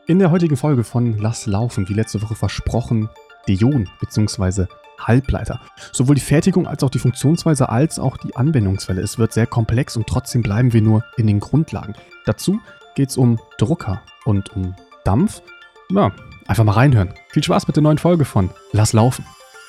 In der heutigen Folge von Lass laufen, wie letzte Woche versprochen, Dioden bzw. Halbleiter. Sowohl die Fertigung als auch die Funktionsweise als auch die Anwendungsfälle. Es wird sehr komplex und trotzdem bleiben wir nur in den Grundlagen. Dazu geht es um Drucker und um Dampf. Ja, einfach mal reinhören. Viel Spaß mit der neuen Folge von Lass laufen.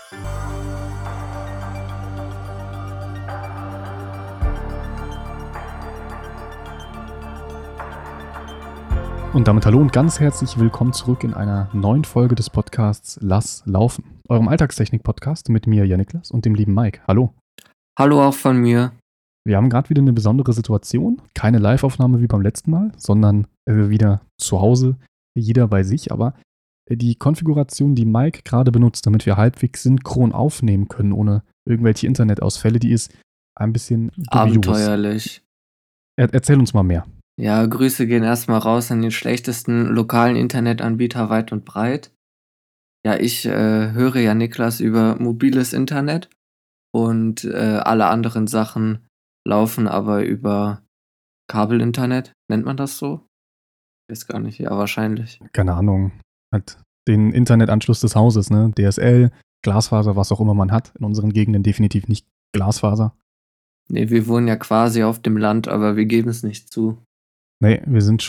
Und damit hallo und ganz herzlich willkommen zurück in einer neuen Folge des Podcasts Lass laufen. Eurem Alltagstechnik-Podcast mit mir, Janiklas, und dem lieben Mike. Hallo. Hallo auch von mir. Wir haben gerade wieder eine besondere Situation. Keine Live-Aufnahme wie beim letzten Mal, sondern wieder zu Hause, jeder bei sich. Aber die Konfiguration, die Mike gerade benutzt, damit wir halbwegs synchron aufnehmen können, ohne irgendwelche Internetausfälle, die ist ein bisschen dubios. Abenteuerlich. Erzähl uns mal mehr. Ja, Grüße gehen erstmal raus an den schlechtesten lokalen Internetanbieter weit und breit. Ja, ich höre ja Niklas über mobiles Internet und alle anderen Sachen laufen aber über Kabelinternet. Nennt man das so? Weiß gar nicht, ja, wahrscheinlich. Keine Ahnung. Halt den Internetanschluss des Hauses, ne? DSL, Glasfaser, was auch immer man hat. In unseren Gegenden definitiv nicht Glasfaser. Nee, wir wohnen ja quasi auf dem Land, aber wir geben es nicht zu. Nee, wir sind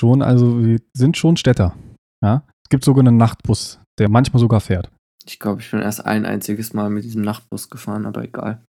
schon Städter. Ja? Es gibt sogar einen Nachtbus, der manchmal sogar fährt. Ich glaube, ich bin erst ein einziges Mal mit diesem Nachtbus gefahren, aber egal.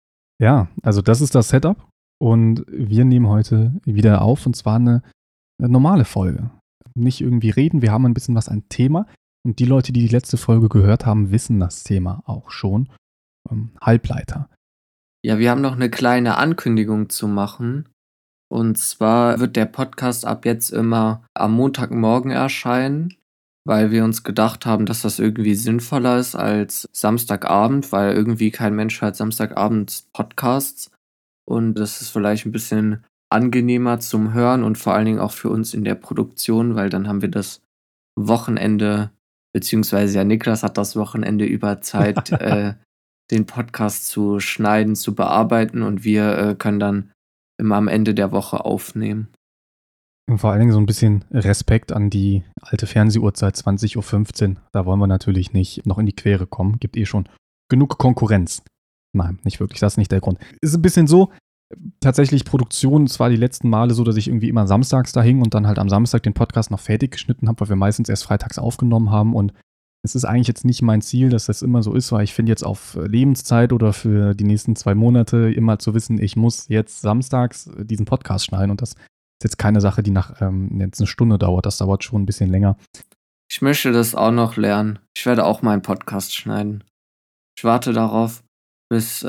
Ja, also das ist das Setup. Und wir nehmen heute wieder auf, und zwar eine normale Folge. Nicht irgendwie reden, wir haben ein bisschen was an Thema. Und die Leute, die letzte Folge gehört haben, wissen das Thema auch schon. Halbleiter. Ja, wir haben noch eine kleine Ankündigung zu machen. Und zwar wird der Podcast ab jetzt immer am Montagmorgen erscheinen, weil wir uns gedacht haben, dass das irgendwie sinnvoller ist als Samstagabend, weil irgendwie kein Mensch hört Samstagabend Podcasts. Und das ist vielleicht ein bisschen angenehmer zum Hören und vor allen Dingen auch für uns in der Produktion, weil dann haben wir das Wochenende, beziehungsweise ja, Niklas hat das Wochenende über Zeit, den Podcast zu schneiden, zu bearbeiten, und wir können dann immer am Ende der Woche aufnehmen. Und vor allen Dingen so ein bisschen Respekt an die alte Fernsehuhrzeit 20.15 Uhr. Da wollen wir natürlich nicht noch in die Quere kommen. Gibt schon genug Konkurrenz. Nein, nicht wirklich. Das ist nicht der Grund. Ist ein bisschen so, tatsächlich Produktion, es war die letzten Male so, dass ich irgendwie immer samstags da hing und dann halt am Samstag den Podcast noch fertig geschnitten habe, weil wir meistens erst freitags aufgenommen haben. Und es ist eigentlich jetzt nicht mein Ziel, dass das immer so ist, weil ich finde jetzt auf Lebenszeit oder für die nächsten 2 Monate immer zu wissen, ich muss jetzt samstags diesen Podcast schneiden, und das ist jetzt keine Sache, die nach jetzt eine Stunde dauert. Das dauert schon ein bisschen länger. Ich möchte das auch noch lernen. Ich werde auch meinen Podcast schneiden. Ich warte darauf, bis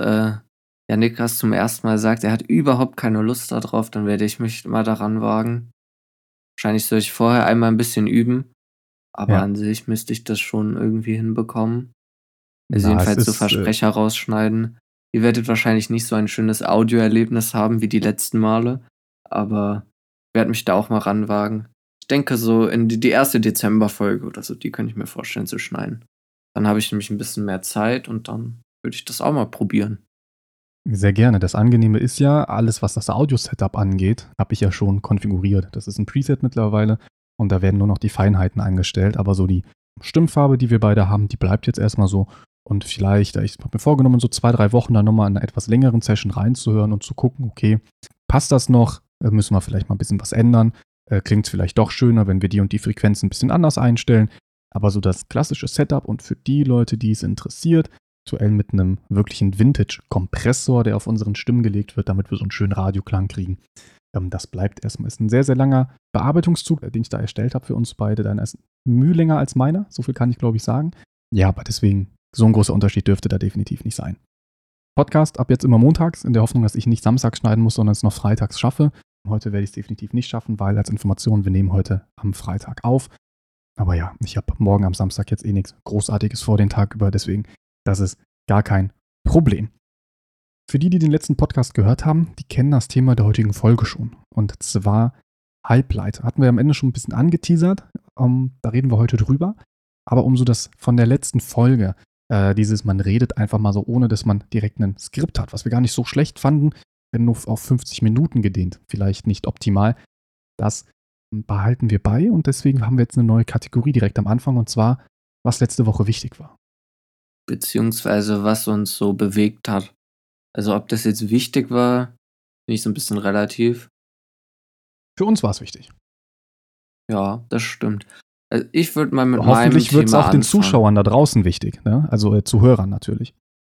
Niklas zum ersten Mal sagt, er hat überhaupt keine Lust darauf, dann werde ich mich mal daran wagen. Wahrscheinlich soll ich vorher einmal ein bisschen üben, aber Ja. an sich müsste ich das schon irgendwie hinbekommen. Also jedenfalls so Versprecher rausschneiden. Ihr werdet wahrscheinlich nicht so ein schönes Audioerlebnis haben wie die letzten Male, aber ich werde mich da auch mal ranwagen. Ich denke so in die erste Dezemberfolge oder so, die könnte ich mir vorstellen zu schneiden. Dann habe ich nämlich ein bisschen mehr Zeit und dann würde ich das auch mal probieren. Sehr gerne. Das Angenehme ist ja, alles, was das Audio-Setup angeht, habe ich ja schon konfiguriert. Das ist ein Preset mittlerweile und da werden nur noch die Feinheiten eingestellt. Aber so die Stimmfarbe, die wir beide haben, die bleibt jetzt erstmal so. Und vielleicht, ich habe mir vorgenommen, so 2-3 Wochen dann nochmal in einer etwas längeren Session reinzuhören und zu gucken, okay, passt das noch? Müssen wir vielleicht mal ein bisschen was ändern? Klingt es vielleicht doch schöner, wenn wir die und die Frequenzen ein bisschen anders einstellen? Aber so das klassische Setup, und für die Leute, die es interessiert, aktuell mit einem wirklichen Vintage-Kompressor, der auf unseren Stimmen gelegt wird, damit wir so einen schönen Radioklang kriegen. Das bleibt erstmal. Ist ein sehr, sehr langer Bearbeitungszug, den ich da erstellt habe für uns beide. Deiner ist Mühe länger als meiner, so viel kann ich, glaube ich, sagen. Ja, aber deswegen, so ein großer Unterschied dürfte da definitiv nicht sein. Podcast ab jetzt immer montags, in der Hoffnung, dass ich nicht samstags schneiden muss, sondern es noch freitags schaffe. Heute werde ich es definitiv nicht schaffen, weil als Information, wir nehmen heute am Freitag auf. Aber ja, ich habe morgen am Samstag jetzt nichts Großartiges vor den Tag über, deswegen, das ist gar kein Problem. Für die den letzten Podcast gehört haben, die kennen das Thema der heutigen Folge schon. Und zwar Halbleiter. Hatten wir am Ende schon ein bisschen angeteasert. Da reden wir heute drüber. Aber um so das von der letzten Folge, man redet einfach mal so, ohne dass man direkt ein Skript hat, was wir gar nicht so schlecht fanden, wenn nur auf 50 Minuten gedehnt, vielleicht nicht optimal. Das behalten wir bei und deswegen haben wir jetzt eine neue Kategorie direkt am Anfang und zwar, was letzte Woche wichtig war. Beziehungsweise was uns so bewegt hat. Also ob das jetzt wichtig war, finde ich so ein bisschen relativ. Für uns war es wichtig. Ja, das stimmt. Ich würde mal mit meinem Hoffentlich wird es Thema auch den anfangen. Zuschauern da draußen wichtig, ne? Also Zuhörern natürlich.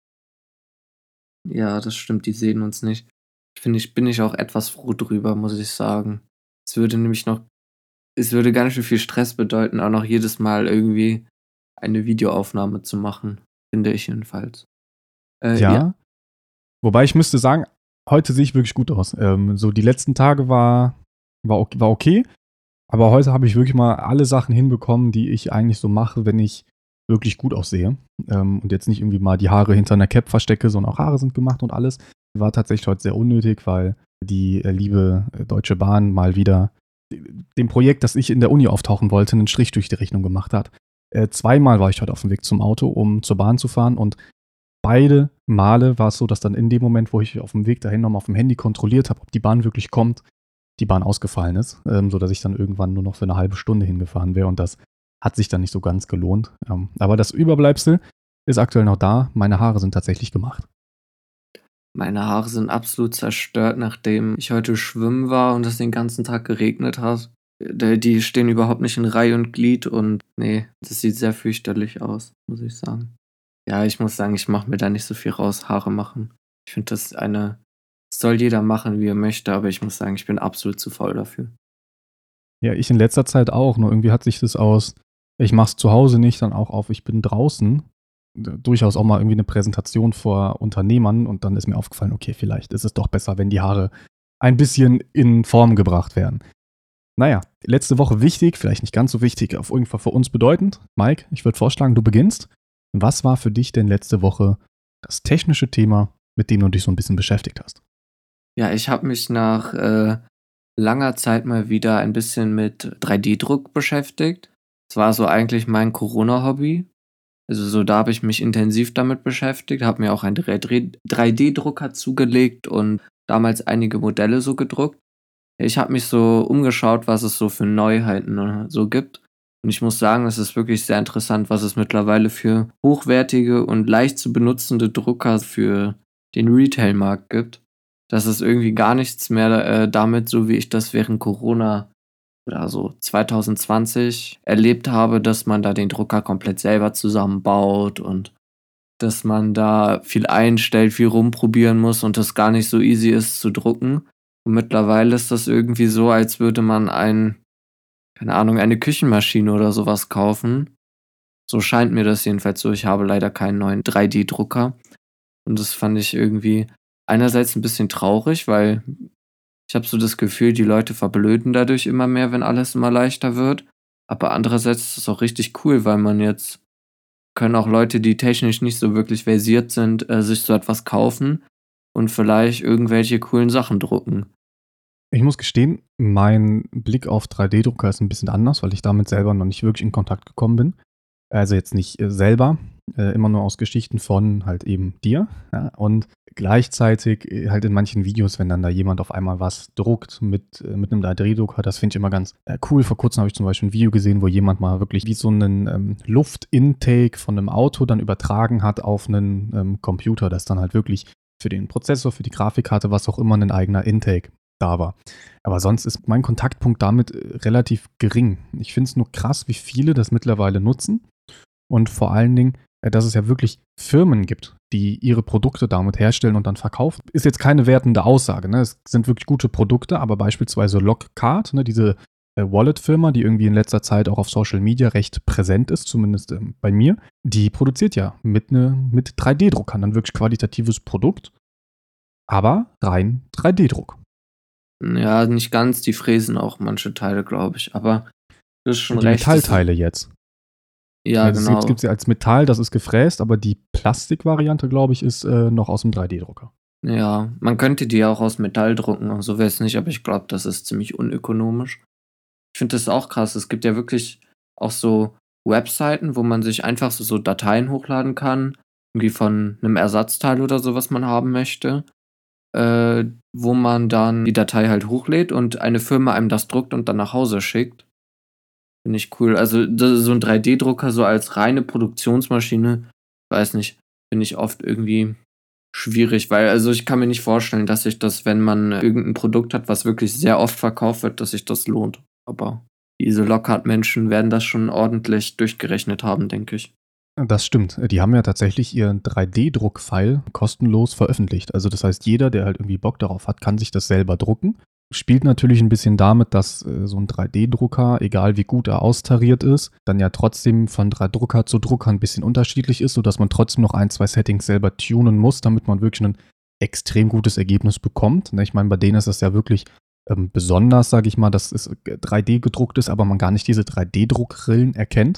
Ja, das stimmt, die sehen uns nicht. Bin ich auch etwas froh drüber, muss ich sagen. Es würde nämlich noch es würde ganz schön viel Stress bedeuten, auch noch jedes Mal irgendwie eine Videoaufnahme zu machen, finde ich jedenfalls. Ja, Ja, wobei ich müsste sagen, heute sehe ich wirklich gut aus. So die letzten Tage war okay, aber heute habe ich wirklich mal alle Sachen hinbekommen, die ich eigentlich so mache, wenn ich wirklich gut aussehe. Und jetzt nicht irgendwie mal die Haare hinter einer Cap verstecke, sondern auch Haare sind gemacht und alles. War tatsächlich heute sehr unnötig, weil die liebe Deutsche Bahn mal wieder dem Projekt, das ich in der Uni auftauchen wollte, einen Strich durch die Rechnung gemacht hat. Zweimal war ich heute auf dem Weg zum Auto, um zur Bahn zu fahren und beide Male war es so, dass dann in dem Moment, wo ich auf dem Weg dahin nochmal auf dem Handy kontrolliert habe, ob die Bahn wirklich kommt, die Bahn ausgefallen ist, sodass ich dann irgendwann nur noch für eine halbe Stunde hingefahren wäre und das hat sich dann nicht so ganz gelohnt. Aber das Überbleibsel ist aktuell noch da. Meine Haare sind tatsächlich gemacht. meine Haare sind absolut zerstört, nachdem ich heute schwimmen war und es den ganzen Tag geregnet hat. Die stehen überhaupt nicht in Reihe und Glied und nee, das sieht sehr fürchterlich aus, muss ich sagen. Ja, ich muss sagen, ich mache mir da nicht so viel raus, Haare machen. Ich finde soll jeder machen, wie er möchte, aber ich muss sagen, ich bin absolut zu faul dafür. Ja, ich in letzter Zeit auch. Nur irgendwie hat sich das aus, ich mach's zu Hause nicht, dann auch auf, ich bin draußen. Durchaus auch mal irgendwie eine Präsentation vor Unternehmern und dann ist mir aufgefallen, okay, vielleicht ist es doch besser, wenn die Haare ein bisschen in Form gebracht werden. Naja, letzte Woche wichtig, vielleicht nicht ganz so wichtig, auf jeden Fall für uns bedeutend. Mike, ich würde vorschlagen, du beginnst. Was war für dich denn letzte Woche das technische Thema, mit dem du dich so ein bisschen beschäftigt hast? Ja, ich habe mich nach langer Zeit mal wieder ein bisschen mit 3D-Druck beschäftigt. Es war so eigentlich mein Corona-Hobby. Also so, da habe ich mich intensiv damit beschäftigt, habe mir auch einen 3D-Drucker zugelegt und damals einige Modelle so gedruckt. Ich habe mich so umgeschaut, was es so für Neuheiten so gibt. Und ich muss sagen, es ist wirklich sehr interessant, was es mittlerweile für hochwertige und leicht zu benutzende Drucker für den Retail-Markt gibt. Das ist irgendwie gar nichts mehr damit, so wie ich das während Corona oder so 2020 erlebt habe, dass man da den Drucker komplett selber zusammenbaut und dass man da viel einstellt, viel rumprobieren muss und das gar nicht so easy ist zu drucken. Und mittlerweile ist das irgendwie so, als würde man keine Ahnung, eine Küchenmaschine oder sowas kaufen. So scheint mir das jedenfalls so. Ich habe leider keinen neuen 3D-Drucker. Und das fand ich irgendwie einerseits ein bisschen traurig, weil ich habe so das Gefühl, die Leute verblöden dadurch immer mehr, wenn alles immer leichter wird. Aber andererseits ist es auch richtig cool, weil man jetzt können auch Leute, die technisch nicht so wirklich versiert sind, sich so etwas kaufen und vielleicht irgendwelche coolen Sachen drucken. Ich muss gestehen, mein Blick auf 3D-Drucker ist ein bisschen anders, weil ich damit selber noch nicht wirklich in Kontakt gekommen bin. Also jetzt nicht selber, immer nur aus Geschichten von halt eben dir. Ja? Und gleichzeitig halt in manchen Videos, wenn dann da jemand auf einmal was druckt mit einem 3D-Drucker, das finde ich immer ganz cool. Vor kurzem habe ich zum Beispiel ein Video gesehen, wo jemand mal wirklich wie so einen Luftintake von einem Auto dann übertragen hat auf einen Computer, das dann halt wirklich für den Prozessor, für die Grafikkarte, was auch immer, ein eigener Intake da war. Aber sonst ist mein Kontaktpunkt damit relativ gering. Ich finde es nur krass, wie viele das mittlerweile nutzen und vor allen Dingen, dass es ja wirklich Firmen gibt, die ihre Produkte damit herstellen und dann verkaufen. Ist jetzt keine wertende Aussage, ne? Es sind wirklich gute Produkte, aber beispielsweise Logcard, ne, diese Wallet-Firma, die irgendwie in letzter Zeit auch auf Social Media recht präsent ist, zumindest bei mir, die produziert ja mit 3D-Druckern dann wirklich qualitatives Produkt, aber rein 3D-Druck. Ja, nicht ganz, die fräsen auch manche Teile, glaube ich. Aber du hast schon Die recht, das ist, Metallteile jetzt. ja, Also es gibt genau. sie als Metall, das ist gefräst, aber die Plastikvariante, glaube ich, ist noch aus dem 3D-Drucker. Ja, man könnte die auch aus Metall drucken und so wäre es nicht, aber ich glaube, das ist ziemlich unökonomisch. Ich finde das auch krass. Es gibt ja wirklich auch so Webseiten, wo man sich einfach so Dateien hochladen kann, irgendwie von einem Ersatzteil oder so, was man haben möchte. wo man dann die Datei halt hochlädt und eine Firma einem das druckt und dann nach Hause schickt. Finde ich cool. Also so ein 3D-Drucker so als reine Produktionsmaschine, weiß nicht, finde ich oft irgendwie schwierig, weil also ich kann mir nicht vorstellen, dass sich das, wenn man irgendein Produkt hat, was wirklich sehr oft verkauft wird, dass sich das lohnt. Aber diese Lockhart-Menschen werden das schon ordentlich durchgerechnet haben, denke ich. Das stimmt. Die haben ja tatsächlich ihren 3D-Druck-File kostenlos veröffentlicht. Also das heißt, jeder, der halt irgendwie Bock darauf hat, kann sich das selber drucken. Spielt natürlich ein bisschen damit, dass so ein 3D-Drucker, egal wie gut er austariert ist, dann ja trotzdem von Drucker zu Drucker ein bisschen unterschiedlich ist, sodass man trotzdem noch 1, 2 Settings selber tunen muss, damit man wirklich ein extrem gutes Ergebnis bekommt. Ich meine, bei denen ist das ja wirklich besonders, sage ich mal, dass es 3D gedruckt ist, aber man gar nicht diese 3D-Druckrillen erkennt.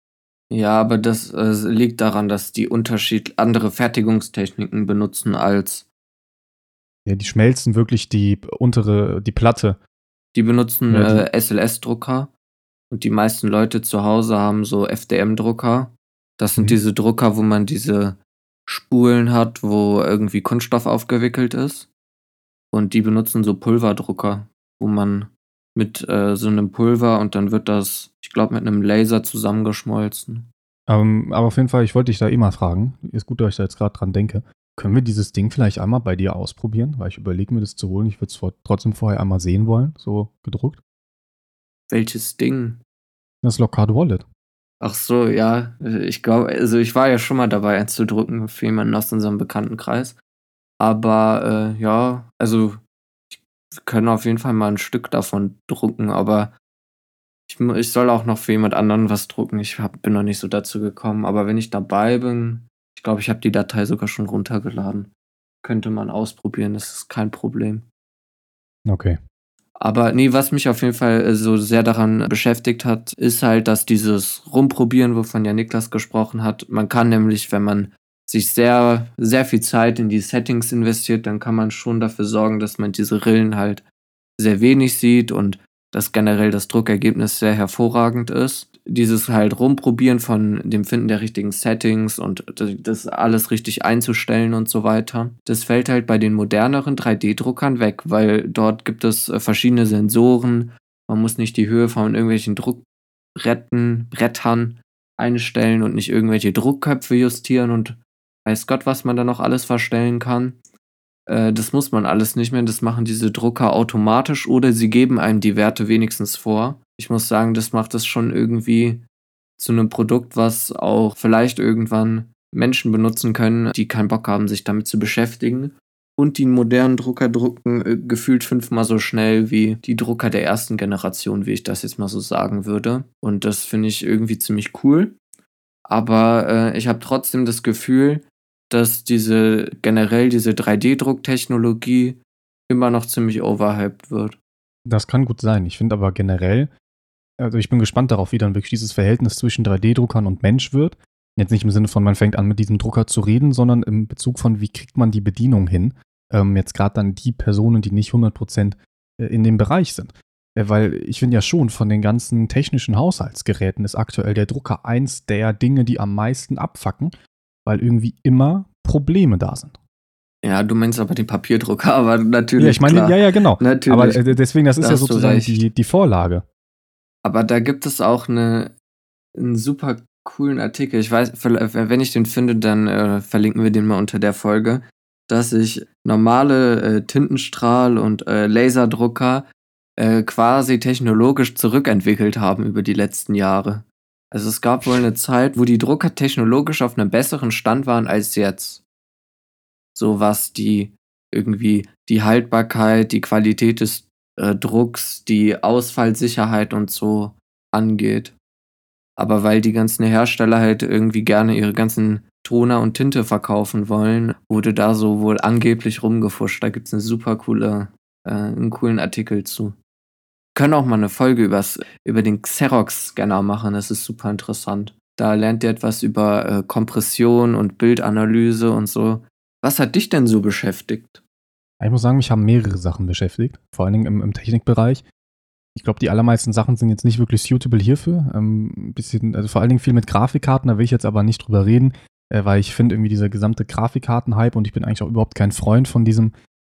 Ja, aber das liegt daran, dass die andere Fertigungstechniken benutzen als Ja, die schmelzen wirklich die Platte. die benutzen Ja, SLS-Drucker und die meisten Leute zu Hause haben so FDM-Drucker. Das sind diese Drucker, wo man diese Spulen hat, wo irgendwie Kunststoff aufgewickelt ist. Und die benutzen so Pulverdrucker, wo man mit so einem Pulver und dann wird das, ich glaube, mit einem Laser zusammengeschmolzen. Aber auf jeden Fall, ich wollte dich da eh mal fragen. Ist gut, dass ich da jetzt gerade dran denke. Können wir dieses Ding vielleicht einmal bei dir ausprobieren? Weil ich überlege mir das zu holen. Ich würde es trotzdem vorher einmal sehen wollen, so gedruckt. Welches Ding? Das Lockhart Wallet. Ach so, ja. Ich glaube, also ich war ja schon mal dabei, eins zu drucken für jemanden aus unserem Bekanntenkreis. Aber ja, also wir können auf jeden Fall mal ein Stück davon drucken, aber ich soll auch noch für jemand anderen was drucken. Bin noch nicht so dazu gekommen. Aber wenn ich dabei bin, ich glaube, ich habe die Datei sogar schon runtergeladen. Könnte man ausprobieren, das ist kein Problem. Okay. Aber nee, was mich auf jeden Fall so sehr daran beschäftigt hat, ist halt, dass dieses Rumprobieren, wovon ja Niklas gesprochen hat, man kann nämlich, wenn man sich sehr, sehr viel Zeit in die Settings investiert, dann kann man schon dafür sorgen, dass man diese Rillen halt sehr wenig sieht und dass generell das Druckergebnis sehr hervorragend ist. Dieses halt Rumprobieren von dem Finden der richtigen Settings und das alles richtig einzustellen und so weiter, das fällt halt bei den moderneren 3D-Druckern weg, weil dort gibt es verschiedene Sensoren. Man muss nicht die Höhe von irgendwelchen Brettern einstellen und nicht irgendwelche Druckköpfe justieren und weiß Gott, was man da noch alles verstellen kann. Das muss man alles nicht mehr. Das machen diese Drucker automatisch oder sie geben einem die Werte wenigstens vor. Ich muss sagen, das macht es schon irgendwie zu einem Produkt, was auch vielleicht irgendwann Menschen benutzen können, die keinen Bock haben, sich damit zu beschäftigen. Und die modernen Drucker drucken gefühlt 5-mal so schnell wie die Drucker der ersten Generation, wie ich das jetzt mal so sagen würde. Und das finde ich irgendwie ziemlich cool. Aber ich habe trotzdem das Gefühl, dass generell diese 3D-Drucktechnologie immer noch ziemlich overhyped wird. Das kann gut sein. Ich finde aber generell, also ich bin gespannt darauf, wie dann wirklich dieses Verhältnis zwischen 3D-Druckern und Mensch wird. Jetzt nicht im Sinne von, man fängt an mit diesem Drucker zu reden, sondern im Bezug von, wie kriegt man die Bedienung hin. Jetzt gerade dann die Personen, die nicht 100% in dem Bereich sind. Weil ich finde ja schon, von den ganzen technischen Haushaltsgeräten ist aktuell der Drucker eins der Dinge, die am meisten abfacken, weil irgendwie immer Probleme da sind. Ja, du meinst aber den Papierdrucker, aber natürlich. Ja, ich meine, klar. ja, genau. Natürlich. Aber deswegen, das ist Da ja hast du sozusagen recht. die Vorlage. Aber da gibt es auch einen super coolen Artikel. Ich weiß, wenn ich den finde, dann verlinken wir den mal unter der Folge, dass sich normale Tintenstrahl- und Laserdrucker quasi technologisch zurückentwickelt haben über die letzten Jahre. Also es gab wohl eine Zeit, wo die Drucker technologisch auf einem besseren Stand waren als jetzt. So was die Haltbarkeit, die Qualität des Drucks, die Ausfallsicherheit und so angeht. Aber weil die ganzen Hersteller halt irgendwie gerne ihre ganzen Toner und Tinte verkaufen wollen, wurde da so wohl angeblich rumgefuscht. Da gibt's einen coolen Artikel zu. Können auch mal eine Folge über den Xerox-Scanner machen, das ist super interessant. Da lernt ihr etwas über Kompression und Bildanalyse und so. Was hat dich denn so beschäftigt? Ich muss sagen, mich haben mehrere Sachen beschäftigt, vor allen Dingen im Technikbereich. Ich glaube, die allermeisten Sachen sind jetzt nicht wirklich suitable hierfür. Also vor allen Dingen viel mit Grafikkarten, da will ich jetzt aber nicht drüber reden, weil ich finde irgendwie dieser gesamte Grafikkarten-Hype und ich bin eigentlich auch überhaupt kein Freund von diesem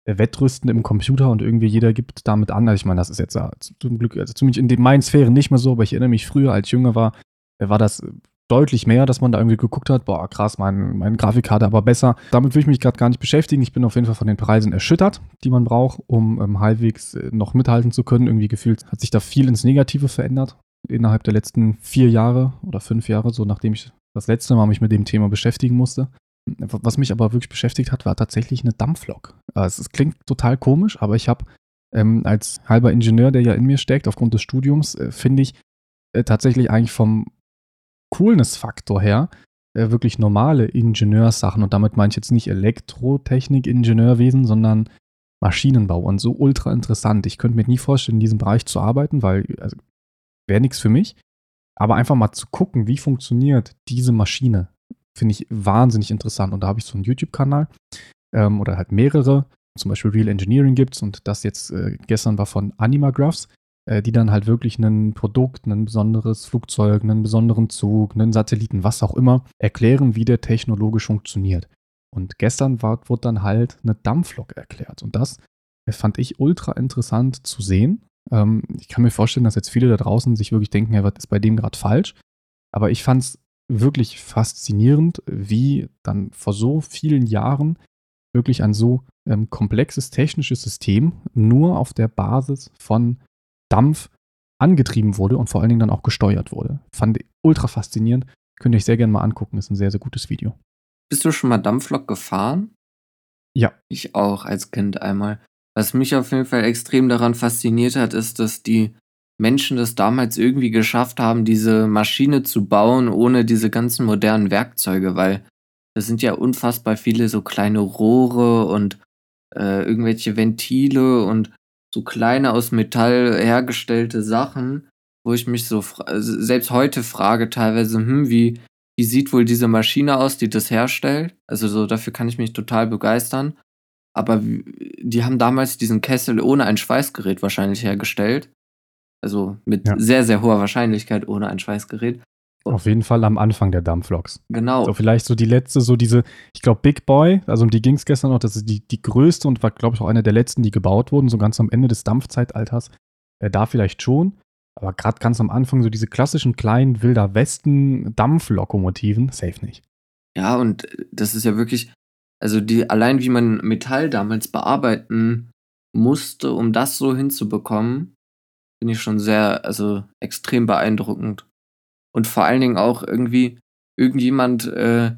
Wettrüsten im Computer und irgendwie jeder gibt damit an. Also ich meine, das ist jetzt zum Glück, also zumindest in meinen Sphären nicht mehr so, aber ich erinnere mich früher, als ich jünger war das deutlich mehr, dass man da irgendwie geguckt hat, boah, krass, meine Grafikkarte aber besser. Damit will ich mich gerade gar nicht beschäftigen. Ich bin auf jeden Fall von den Preisen erschüttert, die man braucht, um halbwegs noch mithalten zu können. Irgendwie gefühlt hat sich da viel ins Negative verändert innerhalb der letzten 4 Jahre oder 5 Jahre, so nachdem ich das letzte Mal mich mit dem Thema beschäftigen musste. Was mich aber wirklich beschäftigt hat, war tatsächlich eine Dampflok. Es klingt total komisch, aber ich habe als halber Ingenieur, der ja in mir steckt, aufgrund des Studiums, finde ich tatsächlich eigentlich vom Coolness-Faktor her wirklich normale Ingenieurssachen. Und damit meine ich jetzt nicht Elektrotechnik, Ingenieurwesen, sondern Maschinenbau und so ultra interessant. Ich könnte mir nie vorstellen, in diesem Bereich zu arbeiten, weil wäre nichts für mich. Aber einfach mal zu gucken, wie funktioniert diese Maschine, finde ich wahnsinnig interessant. Und da habe ich so einen YouTube-Kanal oder halt mehrere, zum Beispiel Real Engineering gibt's und das jetzt gestern war von Animagraphs, die dann halt wirklich ein Produkt, ein besonderes Flugzeug, einen besonderen Zug, einen Satelliten, was auch immer, erklären, wie der technologisch funktioniert. Und gestern wurde dann halt eine Dampflok erklärt. Und das fand ich ultra interessant zu sehen. Ich kann mir vorstellen, dass jetzt viele da draußen sich wirklich denken, hey, was ist bei dem gerade falsch? Aber ich fand es wirklich faszinierend, wie dann vor so vielen Jahren wirklich ein so komplexes technisches System nur auf der Basis von Dampf angetrieben wurde und vor allen Dingen dann auch gesteuert wurde. Fand ich ultra faszinierend. Könnt ihr euch sehr gerne mal angucken. Ist ein sehr, sehr gutes Video. Bist du schon mal Dampflok gefahren? Ja. Ich auch als Kind einmal. Was mich auf jeden Fall extrem daran fasziniert hat, ist, dass die Menschen das damals irgendwie geschafft haben, diese Maschine zu bauen, ohne diese ganzen modernen Werkzeuge, weil das sind ja unfassbar viele so kleine Rohre und irgendwelche Ventile und so kleine aus Metall hergestellte Sachen, wo ich mich so selbst heute frage teilweise, wie sieht wohl diese Maschine aus, die das herstellt? Also so dafür kann ich mich total begeistern. Aber die haben damals diesen Kessel ohne ein Schweißgerät wahrscheinlich hergestellt. Also mit Ja. sehr, sehr hoher Wahrscheinlichkeit ohne ein Schweißgerät. Auf jeden Fall am Anfang der Dampfloks. Genau. So vielleicht so die letzte, so diese, ich glaube Big Boy, also um die ging es gestern noch, das ist die größte und war, glaube ich, auch eine der letzten, die gebaut wurden, so ganz am Ende des Dampfzeitalters. Da vielleicht schon, aber gerade ganz am Anfang so diese klassischen kleinen Wilder Westen Dampflokomotiven, safe nicht. Ja, und das ist ja wirklich, also allein wie man Metall damals bearbeiten musste, um das so hinzubekommen, finde ich schon sehr, also extrem beeindruckend. Und vor allen Dingen auch irgendwie irgendjemand,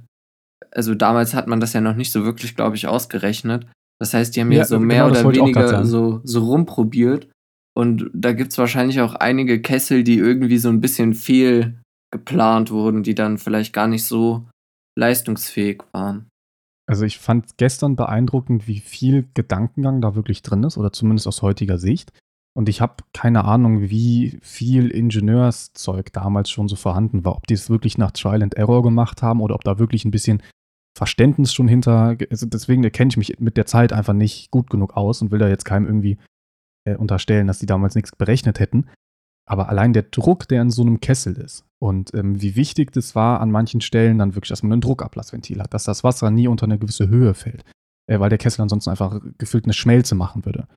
also damals hat man das ja noch nicht so wirklich, glaube ich, ausgerechnet. Das heißt, die haben ja so mehr genau, das oder wollte ich auch grad weniger sagen. so rumprobiert. Und da gibt es wahrscheinlich auch einige Kessel, die irgendwie so ein bisschen fehlgeplant wurden, die dann vielleicht gar nicht so leistungsfähig waren. Also ich fand gestern beeindruckend, wie viel Gedankengang da wirklich drin ist, oder zumindest aus heutiger Sicht. Und ich habe keine Ahnung, wie viel Ingenieurszeug damals schon so vorhanden war. Ob die es wirklich nach Trial and Error gemacht haben oder ob da wirklich ein bisschen Verständnis schon hinter. Also deswegen kenne ich mich mit der Zeit einfach nicht gut genug aus und will da jetzt keinem irgendwie unterstellen, dass die damals nichts berechnet hätten. Aber allein der Druck, der in so einem Kessel ist und wie wichtig das war an manchen Stellen dann wirklich, dass man ein Druckablassventil hat, dass das Wasser nie unter eine gewisse Höhe fällt, weil der Kessel ansonsten einfach gefüllt eine Schmelze machen würde.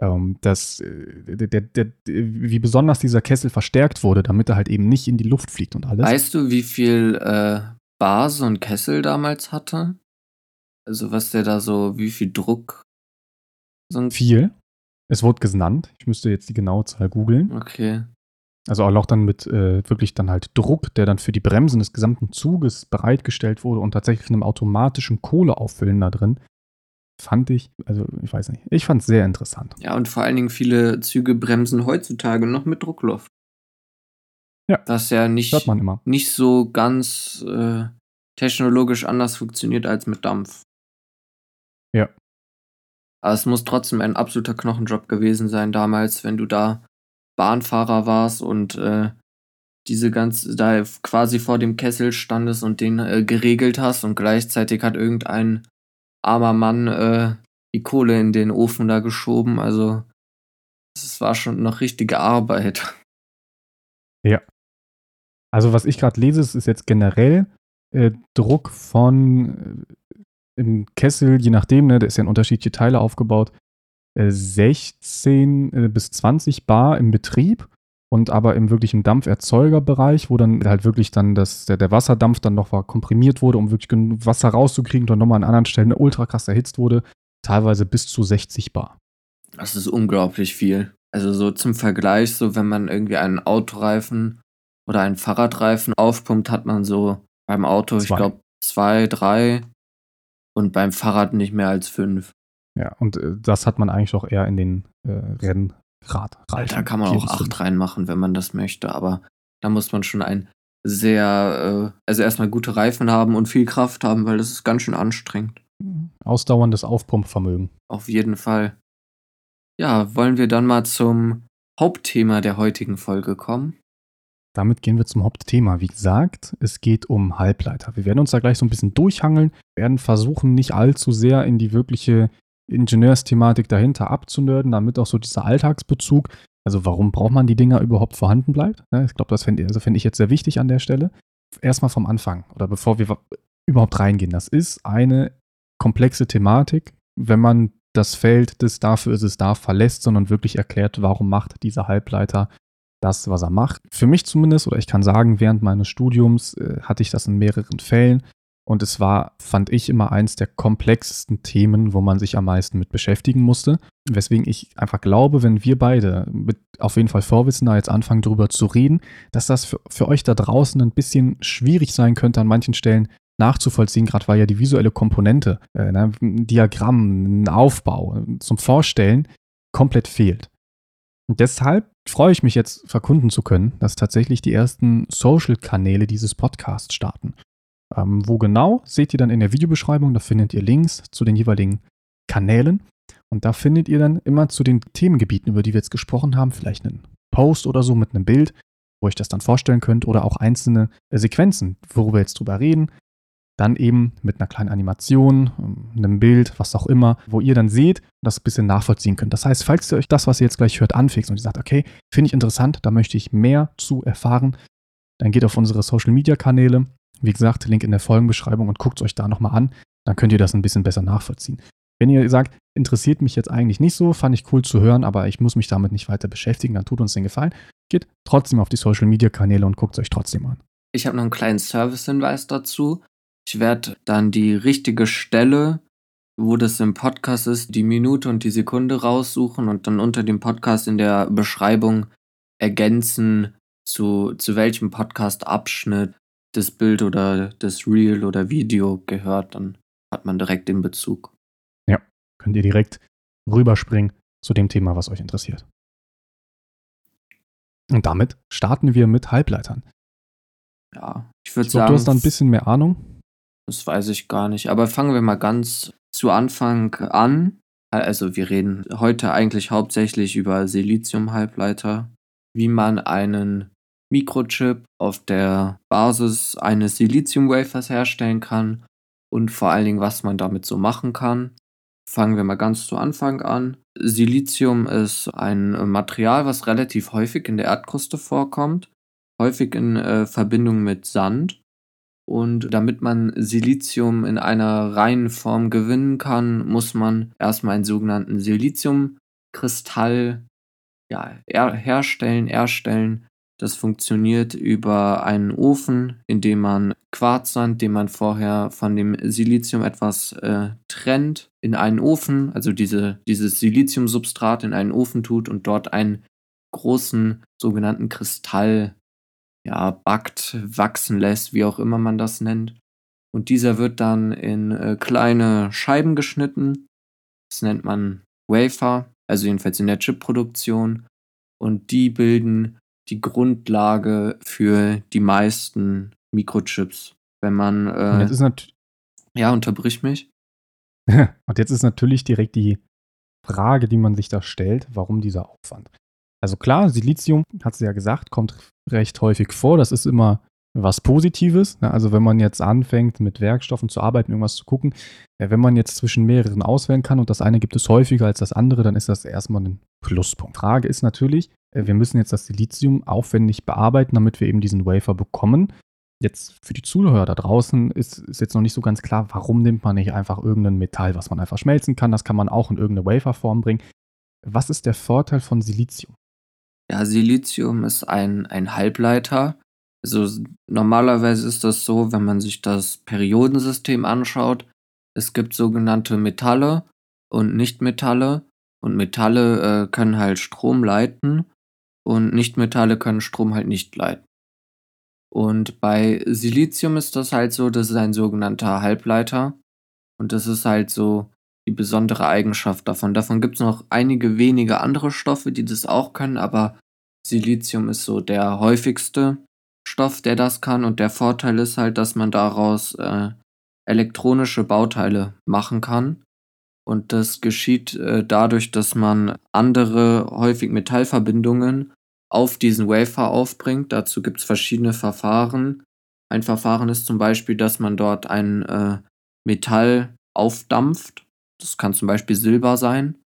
Wie besonders dieser Kessel verstärkt wurde, damit er halt eben nicht in die Luft fliegt und alles. Weißt du, wie viel Bar so ein Kessel damals hatte? Also was der da so, wie viel Druck so ein. Viel. Es wurde genannt. Ich müsste jetzt die genaue Zahl googeln. Okay. Also auch dann mit wirklich dann halt Druck, der dann für die Bremsen des gesamten Zuges bereitgestellt wurde und tatsächlich einem automatischen Kohleauffüllen da drin, fand ich, also ich weiß nicht, ich fand es sehr interessant. Ja, und vor allen Dingen viele Züge bremsen heutzutage noch mit Druckluft. Ja, Was ja hört man immer. nicht so ganz technologisch anders funktioniert als mit Dampf. Ja. Aber es muss trotzdem ein absoluter Knochenjob gewesen sein damals, wenn du da Bahnfahrer warst und da quasi vor dem Kessel standest und den geregelt hast und gleichzeitig hat irgendein armer Mann die Kohle in den Ofen da geschoben. Also es war schon noch richtige Arbeit. Ja. Also was ich gerade lese, ist jetzt generell Druck von im Kessel, je nachdem, ne, der ist ja in unterschiedliche Teile aufgebaut, 16 bis 20 Bar im Betrieb und aber im wirklichen Dampferzeugerbereich, wo dann halt wirklich dann der Wasserdampf dann noch komprimiert wurde, um wirklich genug Wasser rauszukriegen und dann nochmal an anderen Stellen ultra krass erhitzt wurde, teilweise bis zu 60 Bar. Das ist unglaublich viel. Also so zum Vergleich, so wenn man irgendwie einen Autoreifen oder einen Fahrradreifen aufpumpt, hat man so beim Auto, ich glaube, 2, 3 und beim Fahrrad nicht mehr als 5. Ja, und das hat man eigentlich auch eher in den Rennradreifen. Da kann man auch 8 reinmachen, wenn man das möchte, aber da muss man schon also erstmal gute Reifen haben und viel Kraft haben, weil das ist ganz schön anstrengend. Ausdauerndes Aufpumpvermögen. Auf jeden Fall. Ja, wollen wir dann mal zum Hauptthema der heutigen Folge kommen? Damit gehen wir zum Hauptthema. Wie gesagt, es geht um Halbleiter. Wir werden uns da gleich so ein bisschen durchhangeln, werden versuchen, nicht allzu sehr in die wirkliche Ingenieursthematik dahinter abzunörden, damit auch so dieser Alltagsbezug, also warum braucht man die Dinger überhaupt vorhanden bleibt. Ich glaube, das fände ich jetzt sehr wichtig an der Stelle. Erstmal vom Anfang oder bevor wir überhaupt reingehen. Das ist eine komplexe Thematik, wenn man das Feld des Dafür ist es da verlässt, sondern wirklich erklärt, warum macht dieser Halbleiter das, was er macht. Für mich zumindest, oder ich kann sagen, während meines Studiums hatte ich das in mehreren Fällen und es war, fand ich, immer eins der komplexesten Themen, wo man sich am meisten mit beschäftigen musste. Weswegen ich einfach glaube, wenn wir beide mit auf jeden Fall Vorwissen da jetzt anfangen, drüber zu reden, dass das für euch da draußen ein bisschen schwierig sein könnte, an manchen Stellen nachzuvollziehen, gerade weil ja die visuelle Komponente, ein Diagramm, ein Aufbau zum Vorstellen komplett fehlt. Und deshalb freue ich mich jetzt verkunden zu können, dass tatsächlich die ersten Social-Kanäle dieses Podcasts starten. Wo genau, seht ihr dann in der Videobeschreibung, da findet ihr Links zu den jeweiligen Kanälen und da findet ihr dann immer zu den Themengebieten, über die wir jetzt gesprochen haben, vielleicht einen Post oder so mit einem Bild, wo ihr euch das dann vorstellen könnt oder auch einzelne Sequenzen, worüber wir jetzt drüber reden. Dann eben mit einer kleinen Animation, einem Bild, was auch immer, wo ihr dann seht und das ein bisschen nachvollziehen könnt. Das heißt, falls ihr euch das, was ihr jetzt gleich hört, anfixt und ihr sagt, okay, finde ich interessant, da möchte ich mehr zu erfahren, dann geht auf unsere Social-Media-Kanäle, wie gesagt, Link in der Folgenbeschreibung und guckt es euch da nochmal an, dann könnt ihr das ein bisschen besser nachvollziehen. Wenn ihr sagt, interessiert mich jetzt eigentlich nicht so, fand ich cool zu hören, aber ich muss mich damit nicht weiter beschäftigen, dann tut uns den Gefallen, geht trotzdem auf die Social-Media-Kanäle und guckt es euch trotzdem an. Ich habe noch einen kleinen Service-Hinweis dazu. Ich werde dann die richtige Stelle, wo das im Podcast ist, die Minute und die Sekunde raussuchen und dann unter dem Podcast in der Beschreibung ergänzen, zu welchem Podcast-Abschnitt das Bild oder das Reel oder Video gehört. Dann hat man direkt den Bezug. Ja, könnt ihr direkt rüberspringen zu dem Thema, was euch interessiert. Und damit starten wir mit Halbleitern. Ja, ich würde Ich glaube, sagen, du hast da ein bisschen mehr Ahnung. das weiß ich gar nicht. Aber fangen wir mal ganz zu Anfang an. Also wir reden heute eigentlich hauptsächlich über Silizium-Halbleiter, wie man einen Mikrochip auf der Basis eines Silizium-Wafers herstellen kann und vor allen Dingen, was man damit so machen kann. Fangen wir mal ganz zu Anfang an. Silizium ist ein Material, was relativ häufig in der Erdkruste vorkommt, häufig in Verbindung mit Sand. Und damit man Silizium in einer reinen Form gewinnen kann, muss man erstmal einen sogenannten Siliziumkristall erstellen. Das funktioniert über einen Ofen, in dem man Quarzsand, den man vorher von dem Silizium etwas trennt, in einen Ofen, also dieses Siliziumsubstrat in einen Ofen tut und dort einen großen sogenannten Kristall backt, wachsen lässt, wie auch immer man das nennt. Und dieser wird dann in kleine Scheiben geschnitten. Das nennt man Wafer, also jedenfalls in der Chipproduktion. Und die bilden die Grundlage für die meisten Mikrochips. Wenn man Und jetzt ist unterbrich mich. Und jetzt ist natürlich direkt die Frage, die man sich da stellt, warum dieser Aufwand? Also klar, Silizium, hat sie ja gesagt, kommt recht häufig vor. Das ist immer was Positives. Also wenn man jetzt anfängt, mit Werkstoffen zu arbeiten, irgendwas zu gucken, wenn man jetzt zwischen mehreren auswählen kann und das eine gibt es häufiger als das andere, dann ist das erstmal ein Pluspunkt. Frage ist natürlich, wir müssen jetzt das Silizium aufwendig bearbeiten, damit wir eben diesen Wafer bekommen. Jetzt für die Zuhörer da draußen ist jetzt noch nicht so ganz klar, warum nimmt man nicht einfach irgendein Metall, was man einfach schmelzen kann. Das kann man auch in irgendeine Waferform bringen. Was ist der Vorteil von Silizium? Ja, Silizium ist ein Halbleiter. Also normalerweise ist das so, wenn man sich das Periodensystem anschaut, es gibt sogenannte Metalle und Nichtmetalle. Und Metalle können halt Strom leiten und Nichtmetalle können Strom halt nicht leiten. Und bei Silizium ist das halt so, das ist ein sogenannter Halbleiter. Und das ist halt so die besondere Eigenschaft davon. Davon gibt es noch einige wenige andere Stoffe, die das auch können, aber Silizium ist so der häufigste Stoff, der das kann. Und der Vorteil ist halt, dass man daraus elektronische Bauteile machen kann. Und das geschieht dadurch, dass man andere, häufig Metallverbindungen auf diesen Wafer aufbringt. Dazu gibt es verschiedene Verfahren. Ein Verfahren ist zum Beispiel, dass man dort ein Metall aufdampft. Das kann zum Beispiel Silber sein.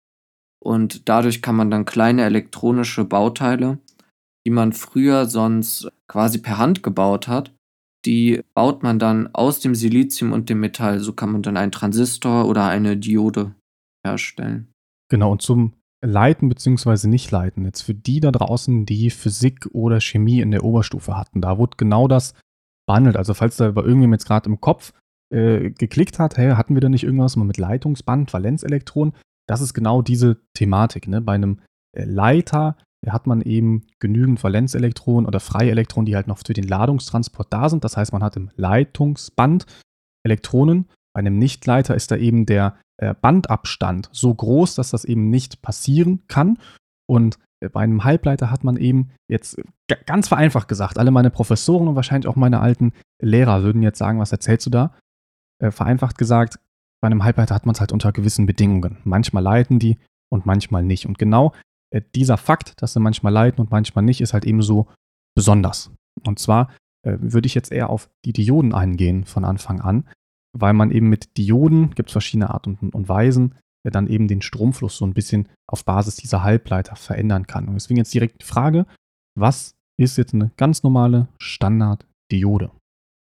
Und dadurch kann man dann kleine elektronische Bauteile, die man früher sonst quasi per Hand gebaut hat, die baut man dann aus dem Silizium und dem Metall. So kann man dann einen Transistor oder eine Diode herstellen. Genau, und zum Leiten bzw. Nicht-Leiten, jetzt für die da draußen, die Physik oder Chemie in der Oberstufe hatten, da wurde genau das behandelt. Also falls da bei irgendjemandem jetzt gerade im Kopf geklickt hat, hey, hatten wir da nicht irgendwas mal mit Leitungsband, Valenzelektron? Das ist genau diese Thematik. Ne? Bei einem Leiter hat man eben genügend Valenzelektronen oder freie Elektronen, die halt noch für den Ladungstransport da sind. Das heißt, man hat im Leitungsband Elektronen. Bei einem Nichtleiter ist da eben der Bandabstand so groß, dass das eben nicht passieren kann. Und bei einem Halbleiter hat man eben jetzt ganz vereinfacht gesagt, alle meine Professoren und wahrscheinlich auch meine alten Lehrer würden jetzt sagen, was erzählst du da? Vereinfacht gesagt, bei einem Halbleiter hat man es halt unter gewissen Bedingungen. Manchmal leiten die und manchmal nicht. Und genau dieser Fakt, dass sie manchmal leiten und manchmal nicht, ist halt eben so besonders. Und zwar würde ich jetzt eher auf die Dioden eingehen von Anfang an, weil man eben mit Dioden, gibt es verschiedene Arten und Weisen, dann eben den Stromfluss so ein bisschen auf Basis dieser Halbleiter verändern kann. Und deswegen jetzt direkt die Frage, was ist jetzt eine ganz normale Standarddiode?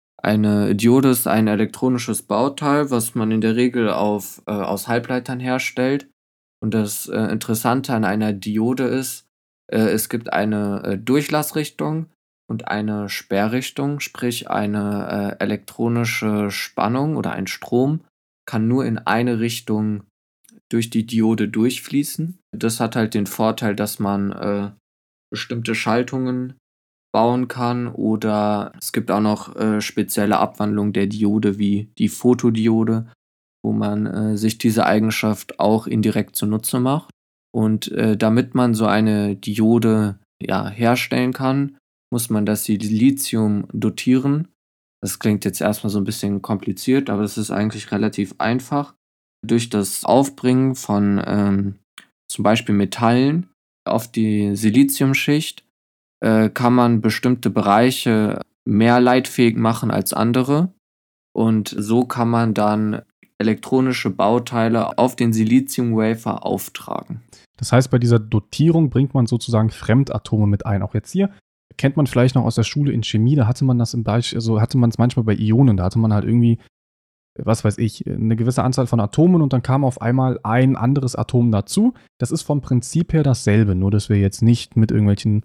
Eine Diode ist ein elektronisches Bauteil, was man in der Regel aus Halbleitern herstellt. Und das Interessante an einer Diode ist, es gibt eine Durchlassrichtung und eine Sperrrichtung, sprich eine elektronische Spannung oder ein Strom kann nur in eine Richtung durch die Diode durchfließen. Das hat halt den Vorteil, dass man bestimmte Schaltungen bauen kann, oder es gibt auch noch spezielle Abwandlungen der Diode wie die Photodiode, wo man sich diese Eigenschaft auch indirekt zunutze macht. Und damit man so eine Diode herstellen kann, muss man das Silizium dotieren. Das klingt jetzt erstmal so ein bisschen kompliziert, aber das ist eigentlich relativ einfach. Durch das Aufbringen von zum Beispiel Metallen auf die Siliziumschicht kann man bestimmte Bereiche mehr leitfähig machen als andere. Und so kann man dann elektronische Bauteile auf den Silizium-Wafer auftragen. Das heißt, bei dieser Dotierung bringt man sozusagen Fremdatome mit ein. Auch jetzt hier kennt man vielleicht noch aus der Schule in Chemie, da hatte man das im Beispiel, also hatte man es manchmal bei Ionen, da hatte man halt irgendwie, was weiß ich, eine gewisse Anzahl von Atomen und dann kam auf einmal ein anderes Atom dazu. Das ist vom Prinzip her dasselbe, nur dass wir jetzt nicht mit irgendwelchen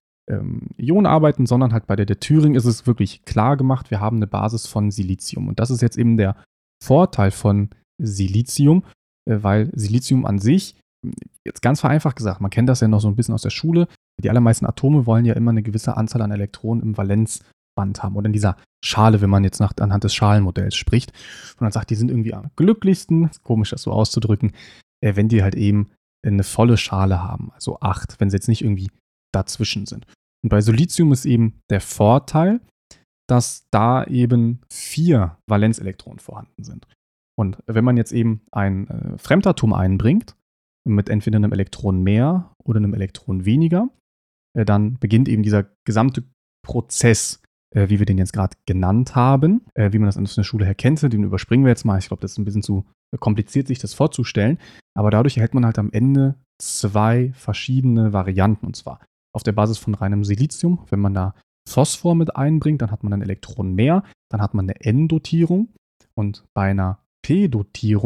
Ionen arbeiten, sondern halt bei der Dotierung ist es wirklich klar gemacht, wir haben eine Basis von Silizium. Und das ist jetzt eben der Vorteil von Silizium, weil Silizium an sich, jetzt ganz vereinfacht gesagt, man kennt das ja noch so ein bisschen aus der Schule, die allermeisten Atome wollen ja immer eine gewisse Anzahl an Elektronen im Valenzband haben oder in dieser Schale, wenn man jetzt anhand des Schalenmodells spricht. Und dann sagt, die sind irgendwie am glücklichsten, ist komisch das so auszudrücken, wenn die halt eben eine volle Schale haben, also 8, wenn sie jetzt nicht irgendwie dazwischen sind. Und bei Silizium ist eben der Vorteil, dass da eben 4 Valenzelektronen vorhanden sind. Und wenn man jetzt eben ein Fremdatom einbringt, mit entweder einem Elektron mehr oder einem Elektron weniger, dann beginnt eben dieser gesamte Prozess, wie wir den jetzt gerade genannt haben, wie man das aus der Schule her kennt, den überspringen wir jetzt mal. Ich glaube, das ist ein bisschen zu kompliziert, sich das vorzustellen. Aber dadurch erhält man halt am Ende 2 verschiedene Varianten. Und zwar auf der Basis von reinem Silizium. Wenn man da Phosphor mit einbringt, dann hat man ein Elektron mehr, dann hat man eine N-Dotierung. Und bei einer P-Dotierung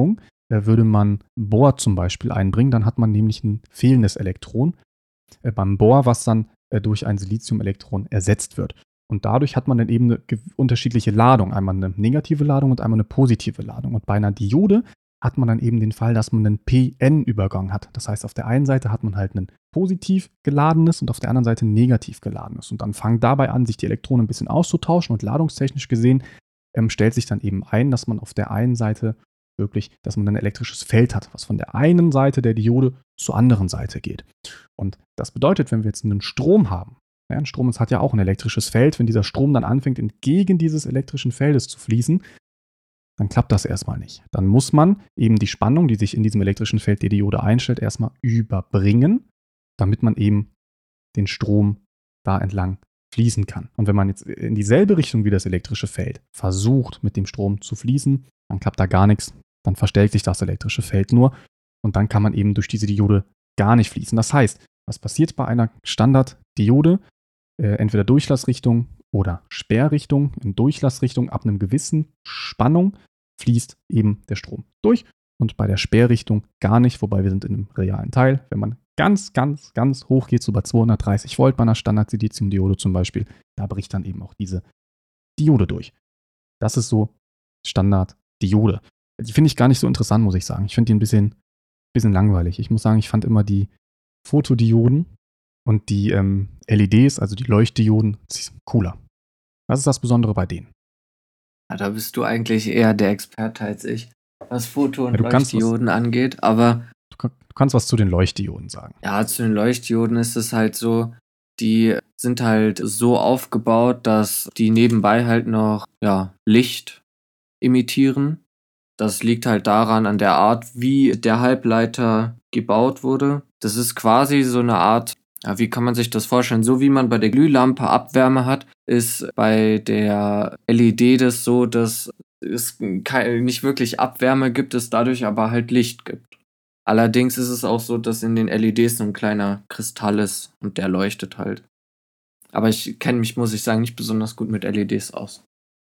würde man Bohr zum Beispiel einbringen, dann hat man nämlich ein fehlendes Elektron beim Bohr, was dann durch ein Siliziumelektron ersetzt wird. Und dadurch hat man dann eben eine unterschiedliche Ladung. Einmal eine negative Ladung und einmal eine positive Ladung. Und bei einer Diode hat man dann eben den Fall, dass man einen PN-Übergang hat. Das heißt, auf der einen Seite hat man halt ein positiv geladenes und auf der anderen Seite ein negativ geladenes. Und dann fangen dabei an, sich die Elektronen ein bisschen auszutauschen und ladungstechnisch gesehen stellt sich dann eben ein, dass man auf der einen Seite wirklich, dass man ein elektrisches Feld hat, was von der einen Seite der Diode zur anderen Seite geht. Und das bedeutet, wenn wir jetzt einen Strom haben, ja, ein Strom hat ja auch ein elektrisches Feld, wenn dieser Strom dann anfängt, entgegen dieses elektrischen Feldes zu fließen, dann klappt das erstmal nicht. Dann muss man eben die Spannung, die sich in diesem elektrischen Feld der Diode einstellt, erstmal überbringen, damit man eben den Strom da entlang fließen kann. Und wenn man jetzt in dieselbe Richtung wie das elektrische Feld versucht, mit dem Strom zu fließen, dann klappt da gar nichts. Dann verstärkt sich das elektrische Feld nur und dann kann man eben durch diese Diode gar nicht fließen. Das heißt, was passiert bei einer Standarddiode? Entweder Durchlassrichtung oder Sperrrichtung. In Durchlassrichtung ab einem gewissen Spannung fließt eben der Strom durch und bei der Sperrrichtung gar nicht, wobei wir sind in einem realen Teil. Wenn man ganz, ganz, ganz hoch geht, so bei 230 Volt bei einer Standard-Silizium-Diode zum Beispiel, da bricht dann eben auch diese Diode durch. Das ist so Standard-Diode. Die finde ich gar nicht so interessant, muss ich sagen. Ich finde die ein bisschen langweilig. Ich muss sagen, ich fand immer die Fotodioden und die LEDs, also die Leuchtdioden, cooler. Was ist das Besondere bei denen? Ja, da bist du eigentlich eher der Experte als ich, was Foto- und Ja, Leuchtdioden angeht. Aber du kannst was zu den Leuchtdioden sagen. ja, zu den Leuchtdioden ist es halt so, die sind halt so aufgebaut, dass die nebenbei halt noch Licht emittieren. Das liegt halt daran an der Art, wie der Halbleiter gebaut wurde. Das ist quasi so eine Art, wie kann man sich das vorstellen? So wie man bei der Glühlampe Abwärme hat, ist bei der LED das so, dass es nicht wirklich Abwärme gibt, es dadurch aber halt Licht gibt. Allerdings ist es auch so, dass in den LEDs so ein kleiner Kristall ist und der leuchtet halt. Aber ich kenne mich, muss ich sagen, nicht besonders gut mit LEDs aus.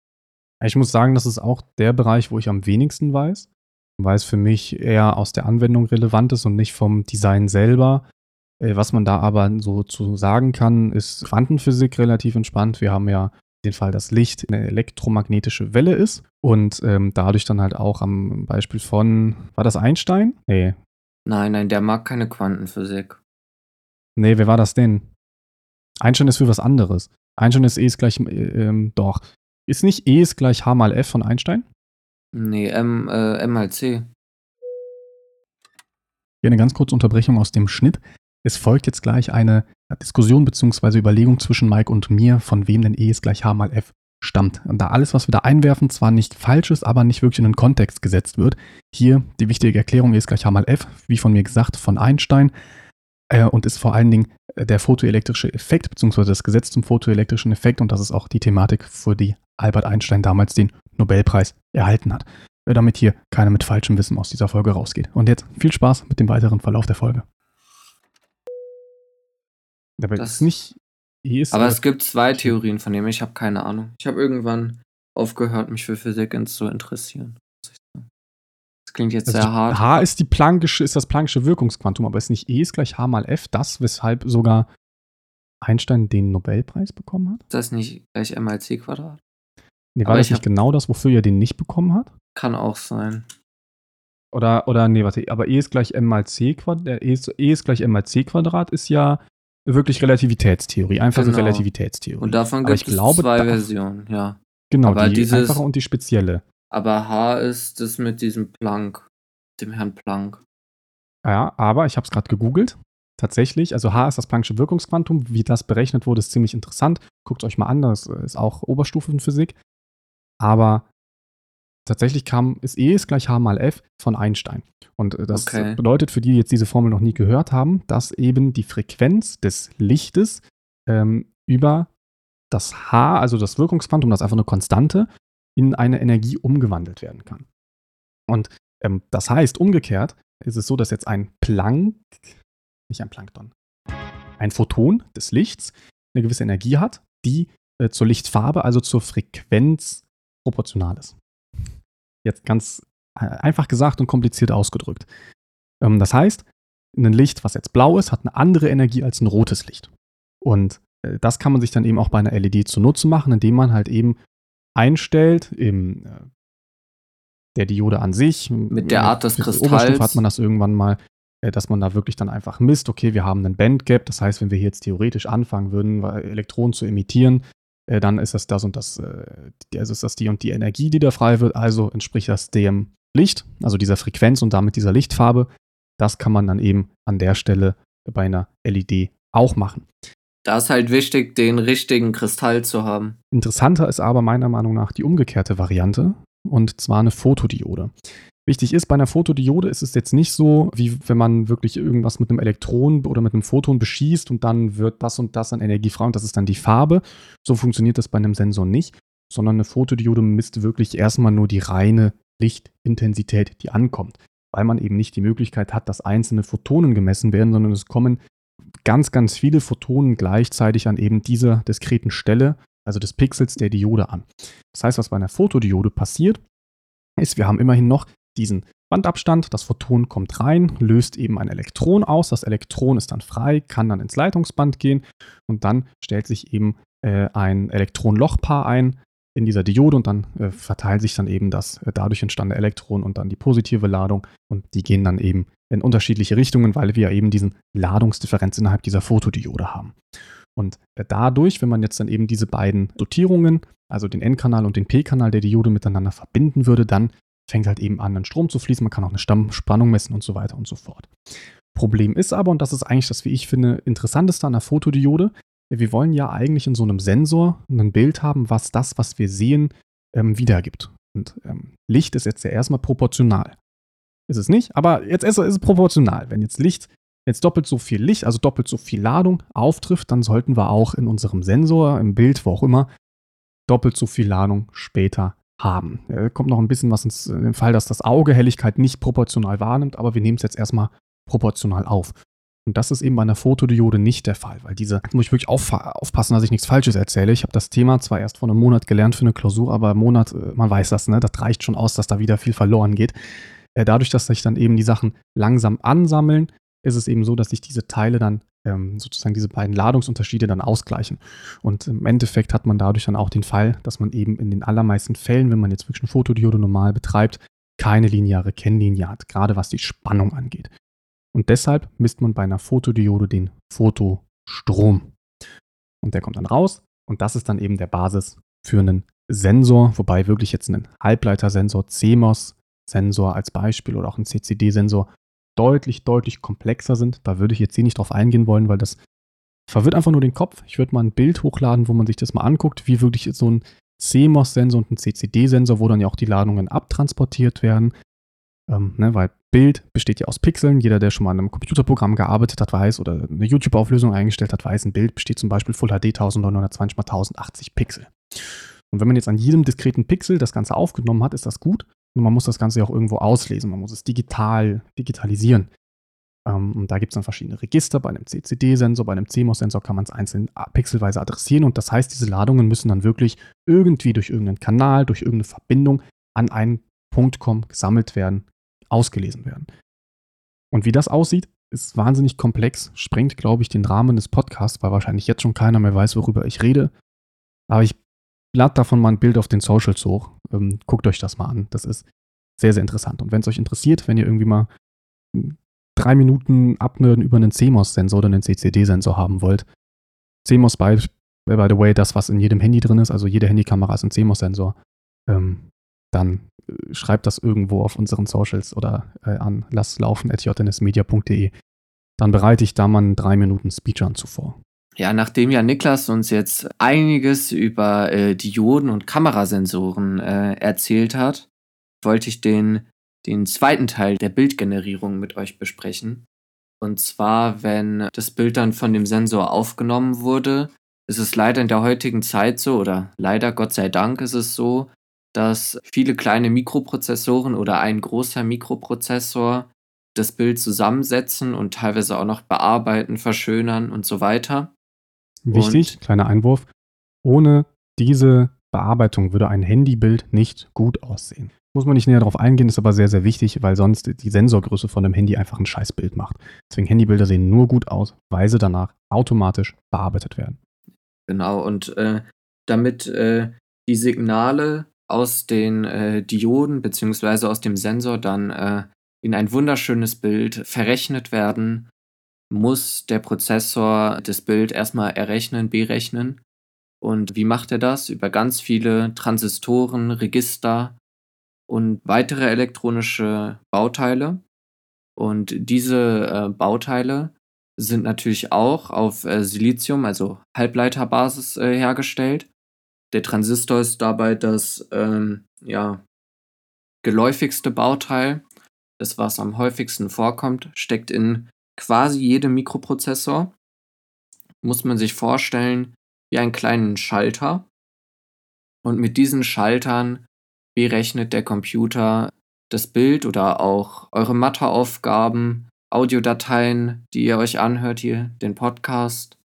Ich muss sagen, das ist auch der Bereich, wo ich am wenigsten weiß, weil es für mich eher aus der Anwendung relevant ist und nicht vom Design selber. Was man da aber so zu sagen kann, ist Quantenphysik relativ entspannt. Wir haben ja den Fall, dass Licht eine elektromagnetische Welle ist und dadurch dann halt auch am Beispiel von, war das Einstein? Nee. Nein, der mag keine Quantenphysik. Nee, wer war das denn? Einstein ist für was anderes. Einstein ist doch. Ist nicht E ist gleich H mal F von Einstein? Nee, M mal C. Hier eine ganz kurze Unterbrechung aus dem Schnitt. Es folgt jetzt gleich eine Diskussion bzw. Überlegung zwischen Mike und mir, von wem denn E ist gleich H mal F stammt. Und da alles, was wir da einwerfen, zwar nicht falsch ist, aber nicht wirklich in den Kontext gesetzt wird. Hier die wichtige Erklärung, E ist gleich H mal F, wie von mir gesagt, von Einstein. Und ist vor allen Dingen der photoelektrische Effekt bzw. das Gesetz zum photoelektrischen Effekt. Und das ist auch die Thematik, für die Albert Einstein damals den Nobelpreis erhalten hat. Damit hier keiner mit falschem Wissen aus dieser Folge rausgeht. Und jetzt viel Spaß mit dem weiteren Verlauf der Folge. Aber es gibt zwei Theorien von dem, ich habe keine Ahnung. Ich habe irgendwann aufgehört, mich für Physik zu interessieren. Das klingt jetzt sehr hart. H ist das Planck'sche Wirkungsquantum, aber ist nicht E ist gleich H mal F das, weshalb sogar Einstein den Nobelpreis bekommen hat? Ist das nicht gleich M mal C Quadrat? Nee, war das nicht genau das, wofür er den nicht bekommen hat? Kann auch sein. Oder nee, warte, aber E ist gleich M mal C Quadrat, E ist gleich M mal C Quadrat ist ja wirklich Relativitätstheorie, einfache Relativitätstheorie. Und davon gibt es zwei Versionen, ja. Genau, aber die einfache und die spezielle. Aber H ist das mit diesem Planck, dem Herrn Planck. Ja, aber ich habe es gerade gegoogelt. Tatsächlich, also H ist das Planck'sche Wirkungsquantum. Wie das berechnet wurde, ist ziemlich interessant. Guckt euch mal an, das ist auch Oberstufenphysik. Aber tatsächlich ist E ist gleich H mal F von Einstein. Und das bedeutet für die, die jetzt diese Formel noch nie gehört haben, dass eben die Frequenz des Lichtes über das H, also das Wirkungsquantum, das ist einfach eine Konstante, in eine Energie umgewandelt werden kann. Und das heißt, umgekehrt ist es so, dass jetzt ein Photon des Lichts eine gewisse Energie hat, die zur Lichtfarbe, also zur Frequenz proportional ist. Jetzt ganz Einfach gesagt und kompliziert ausgedrückt. Das heißt, ein Licht, was jetzt blau ist, hat eine andere Energie als ein rotes Licht. Und das kann man sich dann eben auch bei einer LED zunutze machen, indem man halt eben einstellt der Diode an sich. Mit der Art des In der Oberstufe hat Kristalls. man das irgendwann mal, dass man da wirklich dann einfach misst, okay, wir haben einen Bandgap, das heißt, wenn wir hier jetzt theoretisch anfangen würden, Elektronen zu emittieren, dann ist das und das, also ist das die und die Energie, die da frei wird, also entspricht das dem Licht, also dieser Frequenz und damit dieser Lichtfarbe. Das kann man dann eben an der Stelle bei einer LED auch machen. Da ist halt wichtig, den richtigen Kristall zu haben. Interessanter ist aber meiner Meinung nach die umgekehrte Variante, und zwar eine Fotodiode. Wichtig ist, bei einer Fotodiode ist es jetzt nicht so, wie wenn man wirklich irgendwas mit einem Elektron oder mit einem Photon beschießt und dann wird das und das an Energie frei und das ist dann die Farbe. So funktioniert das bei einem Sensor nicht, sondern eine Fotodiode misst wirklich erstmal nur die reine Lichtintensität, die ankommt, weil man eben nicht die Möglichkeit hat, dass einzelne Photonen gemessen werden, sondern es kommen ganz, ganz viele Photonen gleichzeitig an eben dieser diskreten Stelle, also des Pixels der Diode an. Das heißt, was bei einer Fotodiode passiert, ist, wir haben immerhin noch diesen Bandabstand, das Photon kommt rein, löst eben ein Elektron aus, das Elektron ist dann frei, kann dann ins Leitungsband gehen und dann stellt sich eben ein Elektron-Loch-Paar ein in dieser Diode und dann verteilt sich dann eben das dadurch entstandene Elektron und dann die positive Ladung und die gehen dann eben in unterschiedliche Richtungen, weil wir eben diesen Ladungsdifferenz innerhalb dieser Fotodiode haben. Und dadurch, wenn man jetzt dann eben diese beiden Dotierungen, also den N-Kanal und den P-Kanal der Diode miteinander verbinden würde, dann fängt halt eben an, ein Strom zu fließen. Man kann auch eine Stammspannung messen und so weiter und so fort. Problem ist aber, und das ist eigentlich das, wie ich finde, Interessanteste an der Fotodiode, wir wollen ja eigentlich in so einem Sensor ein Bild haben, was das, was wir sehen, wiedergibt. Und Licht ist jetzt ja erstmal proportional. Ist es nicht, aber jetzt ist es proportional. Wenn jetzt Licht jetzt doppelt so viel Licht, also doppelt so viel Ladung auftrifft, dann sollten wir auch in unserem Sensor, im Bild, wo auch immer, doppelt so viel Ladung später haben. Kommt noch ein bisschen was in den Fall, dass das Auge Helligkeit nicht proportional wahrnimmt, aber wir nehmen es jetzt erstmal proportional auf. Und das ist eben bei einer Fotodiode nicht der Fall, weil muss ich wirklich aufpassen, dass ich nichts Falsches erzähle. Ich habe das Thema zwar erst vor einem Monat gelernt für eine Klausur, aber im Monat, man weiß das, ne? Das reicht schon aus, dass da wieder viel verloren geht. Dadurch, dass sich dann eben die Sachen langsam ansammeln, ist es eben so, dass sich diese Teile dann sozusagen diese beiden Ladungsunterschiede dann ausgleichen. Und im Endeffekt hat man dadurch dann auch den Fall, dass man eben in den allermeisten Fällen, wenn man jetzt wirklich eine Fotodiode normal betreibt, keine lineare Kennlinie hat, gerade was die Spannung angeht. Und deshalb misst man bei einer Fotodiode den Fotostrom. Und der kommt dann raus und das ist dann eben der Basis für einen Sensor, wobei wirklich jetzt ein Halbleitersensor, CMOS-Sensor als Beispiel oder auch ein CCD-Sensor deutlich, deutlich komplexer sind. Da würde ich jetzt hier nicht drauf eingehen wollen, weil das verwirrt einfach nur den Kopf. Ich würde mal ein Bild hochladen, wo man sich das mal anguckt, wie wirklich so ein CMOS-Sensor und ein CCD-Sensor, wo dann ja auch die Ladungen abtransportiert werden. Weil Bild besteht ja aus Pixeln. Jeder, der schon mal an einem Computerprogramm gearbeitet hat, weiß, oder eine YouTube-Auflösung eingestellt hat, weiß, ein Bild besteht zum Beispiel Full HD 1920 x 1080 Pixel. Und wenn man jetzt an jedem diskreten Pixel das Ganze aufgenommen hat, ist das gut. Und man muss das Ganze ja auch irgendwo auslesen. Man muss es digitalisieren. Und da gibt es dann verschiedene Register. Bei einem CCD-Sensor, bei einem CMOS-Sensor kann man es einzeln pixelweise adressieren. Und das heißt, diese Ladungen müssen dann wirklich irgendwie durch irgendeinen Kanal, durch irgendeine Verbindung an einen Punkt kommen, gesammelt werden, ausgelesen werden. Und wie das aussieht, ist wahnsinnig komplex, sprengt, glaube ich, den Rahmen des Podcasts, weil wahrscheinlich jetzt schon keiner mehr weiß, worüber ich rede. Aber ich lade davon mal ein Bild auf den Socials hoch. Guckt euch das mal an. Das ist sehr, sehr interessant. Und wenn es euch interessiert, wenn ihr irgendwie mal 3 Minuten abnörden über einen CMOS-Sensor oder einen CCD-Sensor haben wollt. CMOS, by the way, das, was in jedem Handy drin ist, also jede Handykamera ist ein CMOS-Sensor. Dann schreibt das irgendwo auf unseren Socials oder an lasslaufen@jnsmedia.de. Dann bereite ich da mal einen 3 Minuten Speech an zuvor. Ja, nachdem ja Niklas uns jetzt einiges über Dioden und Kamerasensoren erzählt hat, wollte ich den zweiten Teil der Bildgenerierung mit euch besprechen. Und zwar, wenn das Bild dann von dem Sensor aufgenommen wurde, ist es leider in der heutigen Zeit so, oder leider, Gott sei Dank ist es so, dass viele kleine Mikroprozessoren oder ein großer Mikroprozessor das Bild zusammensetzen und teilweise auch noch bearbeiten, verschönern und so weiter. Wichtig, kleiner Einwurf, ohne diese Bearbeitung würde ein Handybild nicht gut aussehen. Muss man nicht näher darauf eingehen, ist aber sehr, sehr wichtig, weil sonst die Sensorgröße von dem Handy einfach ein Scheißbild macht. Deswegen Handybilder sehen nur gut aus, weil sie danach automatisch bearbeitet werden. Genau, und damit die Signale aus den Dioden beziehungsweise aus dem Sensor dann in ein wunderschönes Bild verrechnet werden, muss der Prozessor das Bild erstmal errechnen, berechnen. Und wie macht er das? Über ganz viele Transistoren, Register und weitere elektronische Bauteile. Und diese Bauteile sind natürlich auch auf Silizium, also Halbleiterbasis, hergestellt. Der Transistor ist dabei das geläufigste Bauteil, das was am häufigsten vorkommt, steckt in quasi jedem Mikroprozessor. Muss man sich vorstellen wie einen kleinen Schalter. Und mit diesen Schaltern berechnet der Computer das Bild oder auch eure Matheaufgaben, Audiodateien, die ihr euch anhört hier, den Podcast.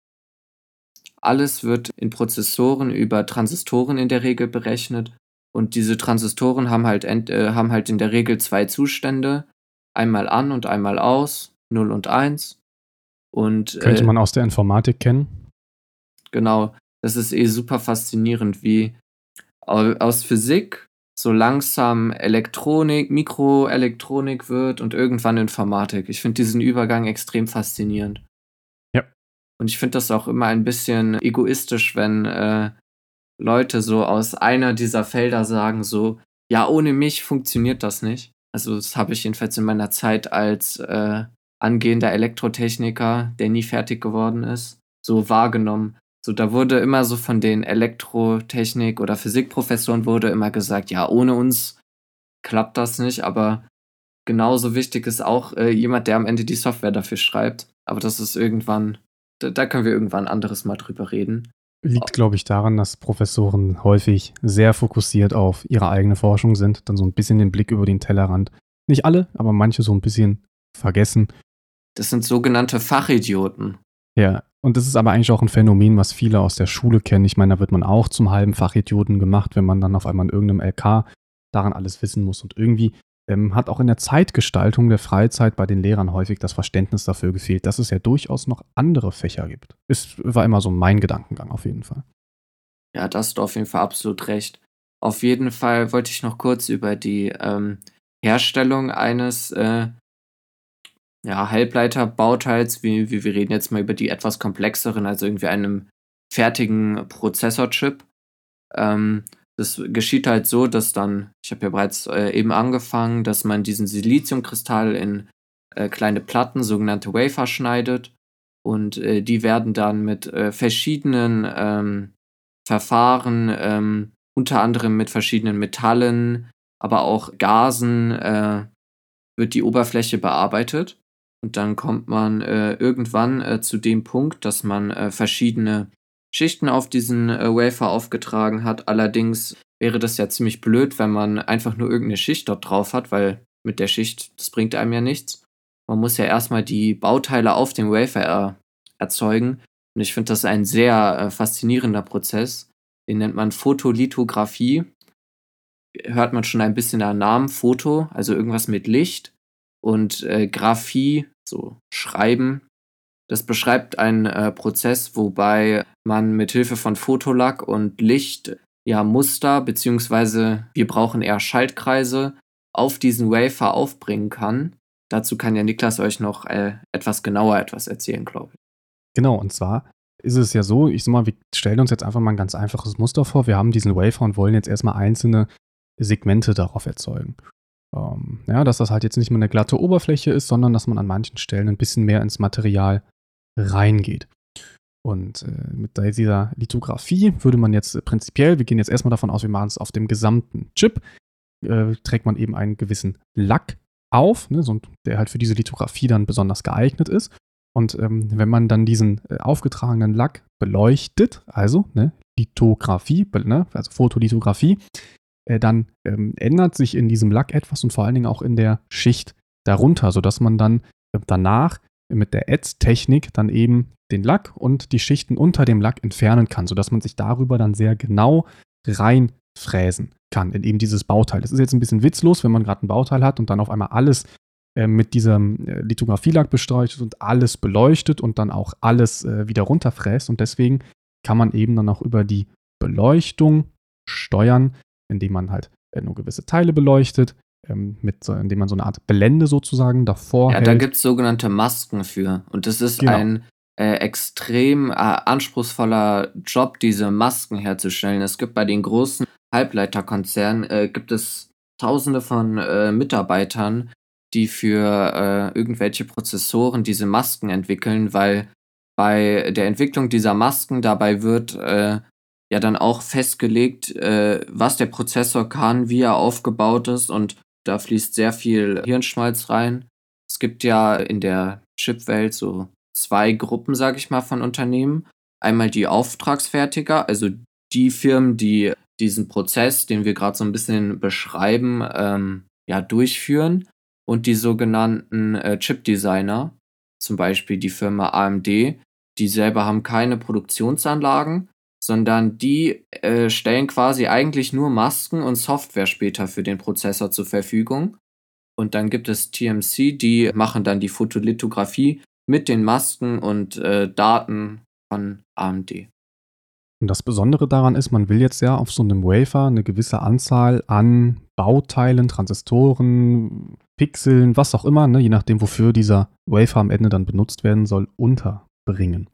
Alles wird in Prozessoren über Transistoren in der Regel berechnet. Und diese Transistoren haben halt in der Regel zwei Zustände. Einmal an und einmal aus, 0 und 1. Und Könnte man aus der Informatik kennen. genau, das ist super faszinierend, wie aus Physik so langsam Elektronik, Mikroelektronik wird und irgendwann Informatik. Ich finde diesen Übergang extrem faszinierend. Ja. Und ich finde das auch immer ein bisschen egoistisch, wenn Leute so aus einer dieser Felder sagen so, ja, ohne mich funktioniert das nicht. Also das habe ich jedenfalls in meiner Zeit als angehender Elektrotechniker, der nie fertig geworden ist, so wahrgenommen. So, da wurde immer so von den Elektrotechnik- oder Physikprofessoren wurde immer gesagt, ja, ohne uns klappt das nicht, aber genauso wichtig ist auch jemand, der am Ende die Software dafür schreibt. Aber das ist irgendwann, da können wir irgendwann ein anderes Mal drüber reden. Liegt, glaube ich, daran, dass Professoren häufig sehr fokussiert auf ihre eigene Forschung sind, dann so ein bisschen den Blick über den Tellerrand. Nicht alle, aber manche so ein bisschen vergessen. Das sind sogenannte Fachidioten. Ja, und das ist aber eigentlich auch ein Phänomen, was viele aus der Schule kennen. Ich meine, da wird man auch zum halben Fachidioten gemacht, wenn man dann auf einmal in irgendeinem LK daran alles wissen muss. Und irgendwie hat auch in der Zeitgestaltung der Freizeit bei den Lehrern häufig das Verständnis dafür gefehlt, dass es ja durchaus noch andere Fächer gibt. War immer so mein Gedankengang auf jeden Fall. Ja, da hast du auf jeden Fall absolut recht. Auf jeden Fall wollte ich noch kurz über die Herstellung eines Halbleiterbauteils, wie wir reden jetzt mal über die etwas komplexeren, also irgendwie einem fertigen Prozessorchip. Das geschieht halt so, dass dann, ich habe ja bereits eben angefangen, dass man diesen Siliziumkristall in kleine Platten, sogenannte Wafer, schneidet. Und die werden dann mit verschiedenen Verfahren, unter anderem mit verschiedenen Metallen, aber auch Gasen, wird die Oberfläche bearbeitet. Und dann kommt man irgendwann zu dem Punkt, dass man verschiedene Schichten auf diesen Wafer aufgetragen hat. Allerdings wäre das ja ziemlich blöd, wenn man einfach nur irgendeine Schicht dort drauf hat, weil mit der Schicht, das bringt einem ja nichts. Man muss ja erstmal die Bauteile auf dem Wafer erzeugen. Und ich finde das ein sehr faszinierender Prozess. Den nennt man Photolithografie. Hört man schon ein bisschen den Namen Foto, also irgendwas mit Licht. Und Graphie, so Schreiben. Das beschreibt einen Prozess, wobei man mit Hilfe von Fotolack und Licht Muster, beziehungsweise wir brauchen eher Schaltkreise, auf diesen Wafer aufbringen kann. Dazu kann ja Niklas euch noch etwas genauer etwas erzählen, glaube ich. Genau, und zwar ist es ja so, ich sag mal, wir stellen uns jetzt einfach mal ein ganz einfaches Muster vor. Wir haben diesen Wafer und wollen jetzt erstmal einzelne Segmente darauf erzeugen. Dass das halt jetzt nicht mehr eine glatte Oberfläche ist, sondern dass man an manchen Stellen ein bisschen mehr ins Material reingeht. Und mit dieser Lithografie würde man jetzt prinzipiell, wir gehen jetzt erstmal davon aus, wir machen es auf dem gesamten Chip, trägt man eben einen gewissen Lack auf, ne, der halt für diese Lithografie dann besonders geeignet ist. Und wenn man dann diesen aufgetragenen Lack beleuchtet, also Lithografie, also Photolithografie, dann ändert sich in diesem Lack etwas und vor allen Dingen auch in der Schicht darunter, sodass man dann danach mit der Ätztechnik dann eben den Lack und die Schichten unter dem Lack entfernen kann, sodass man sich darüber dann sehr genau reinfräsen kann in eben dieses Bauteil. Das ist jetzt ein bisschen witzlos, wenn man gerade ein Bauteil hat und dann auf einmal alles mit diesem Lithografielack bestreicht und alles beleuchtet und dann auch alles wieder runterfräst. Und deswegen kann man eben dann auch über die Beleuchtung steuern, indem man halt nur gewisse Teile beleuchtet, indem man so eine Art Blende sozusagen davor Ja, da hält. gibt es sogenannte Masken für. Und das ist Genau. ein extrem anspruchsvoller Job, diese Masken herzustellen. Es gibt bei den großen Halbleiterkonzernen gibt es Tausende von Mitarbeitern, die für irgendwelche Prozessoren diese Masken entwickeln, weil bei der Entwicklung dieser Masken dabei wird ja dann auch festgelegt, was der Prozessor kann, wie er aufgebaut ist, und da fließt sehr viel Hirnschmalz rein. Es gibt ja in der Chipwelt so 2 Gruppen, sage ich mal, von Unternehmen. Einmal die Auftragsfertiger, also die Firmen, die diesen Prozess, den wir gerade so ein bisschen beschreiben, ja, durchführen, und die sogenannten Chipdesigner, zum Beispiel die Firma AMD. Die selber haben keine Produktionsanlagen, sondern die stellen quasi eigentlich nur Masken und Software später für den Prozessor zur Verfügung. Und dann gibt es TMC, die machen dann die Fotolithografie mit den Masken und Daten von AMD. Und das Besondere daran ist, man will jetzt ja auf so einem Wafer eine gewisse Anzahl an Bauteilen, Transistoren, Pixeln, was auch immer, ne, je nachdem, wofür dieser Wafer am Ende dann benutzt werden soll, unterbringen.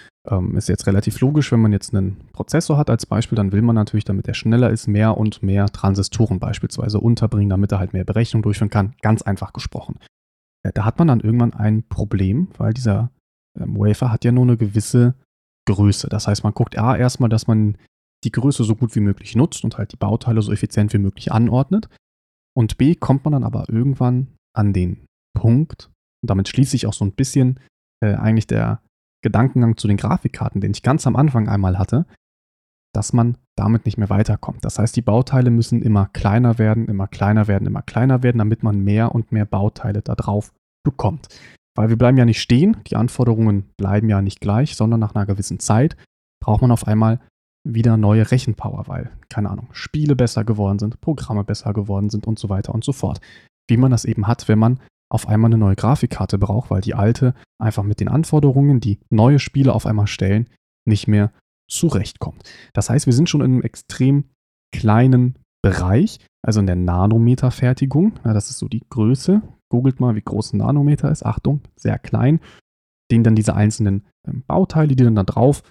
Ist jetzt relativ logisch, wenn man jetzt einen Prozessor hat als Beispiel, dann will man natürlich, damit er schneller ist, mehr und mehr Transistoren beispielsweise unterbringen, damit er halt mehr Berechnung durchführen kann. Ganz einfach gesprochen. Da hat man dann irgendwann ein Problem, weil dieser Wafer hat ja nur eine gewisse Größe. Das heißt, man guckt erstmal, dass man die Größe so gut wie möglich nutzt und halt die Bauteile so effizient wie möglich anordnet. Und B, kommt man dann aber irgendwann an den Punkt, und damit schließt sich auch so ein bisschen eigentlich der Gedankengang zu den Grafikkarten, den ich ganz am Anfang einmal hatte, dass man damit nicht mehr weiterkommt. Das heißt, die Bauteile müssen immer kleiner werden, immer kleiner werden, immer kleiner werden, damit man mehr und mehr Bauteile da drauf bekommt. Weil wir bleiben ja nicht stehen, die Anforderungen bleiben ja nicht gleich, sondern nach einer gewissen Zeit braucht man auf einmal wieder neue Rechenpower, weil, keine Ahnung, Spiele besser geworden sind, Programme besser geworden sind und so weiter und so fort. Wie man das eben hat, wenn man auf einmal eine neue Grafikkarte braucht, weil die alte einfach mit den Anforderungen, die neue Spiele auf einmal stellen, nicht mehr zurechtkommt. Das heißt, wir sind schon in einem extrem kleinen Bereich, also in der Nanometerfertigung. Ja, das ist so die Größe. Googelt mal, wie groß ein Nanometer ist. Achtung, sehr klein. Den dann diese einzelnen Bauteile, die dann da drauf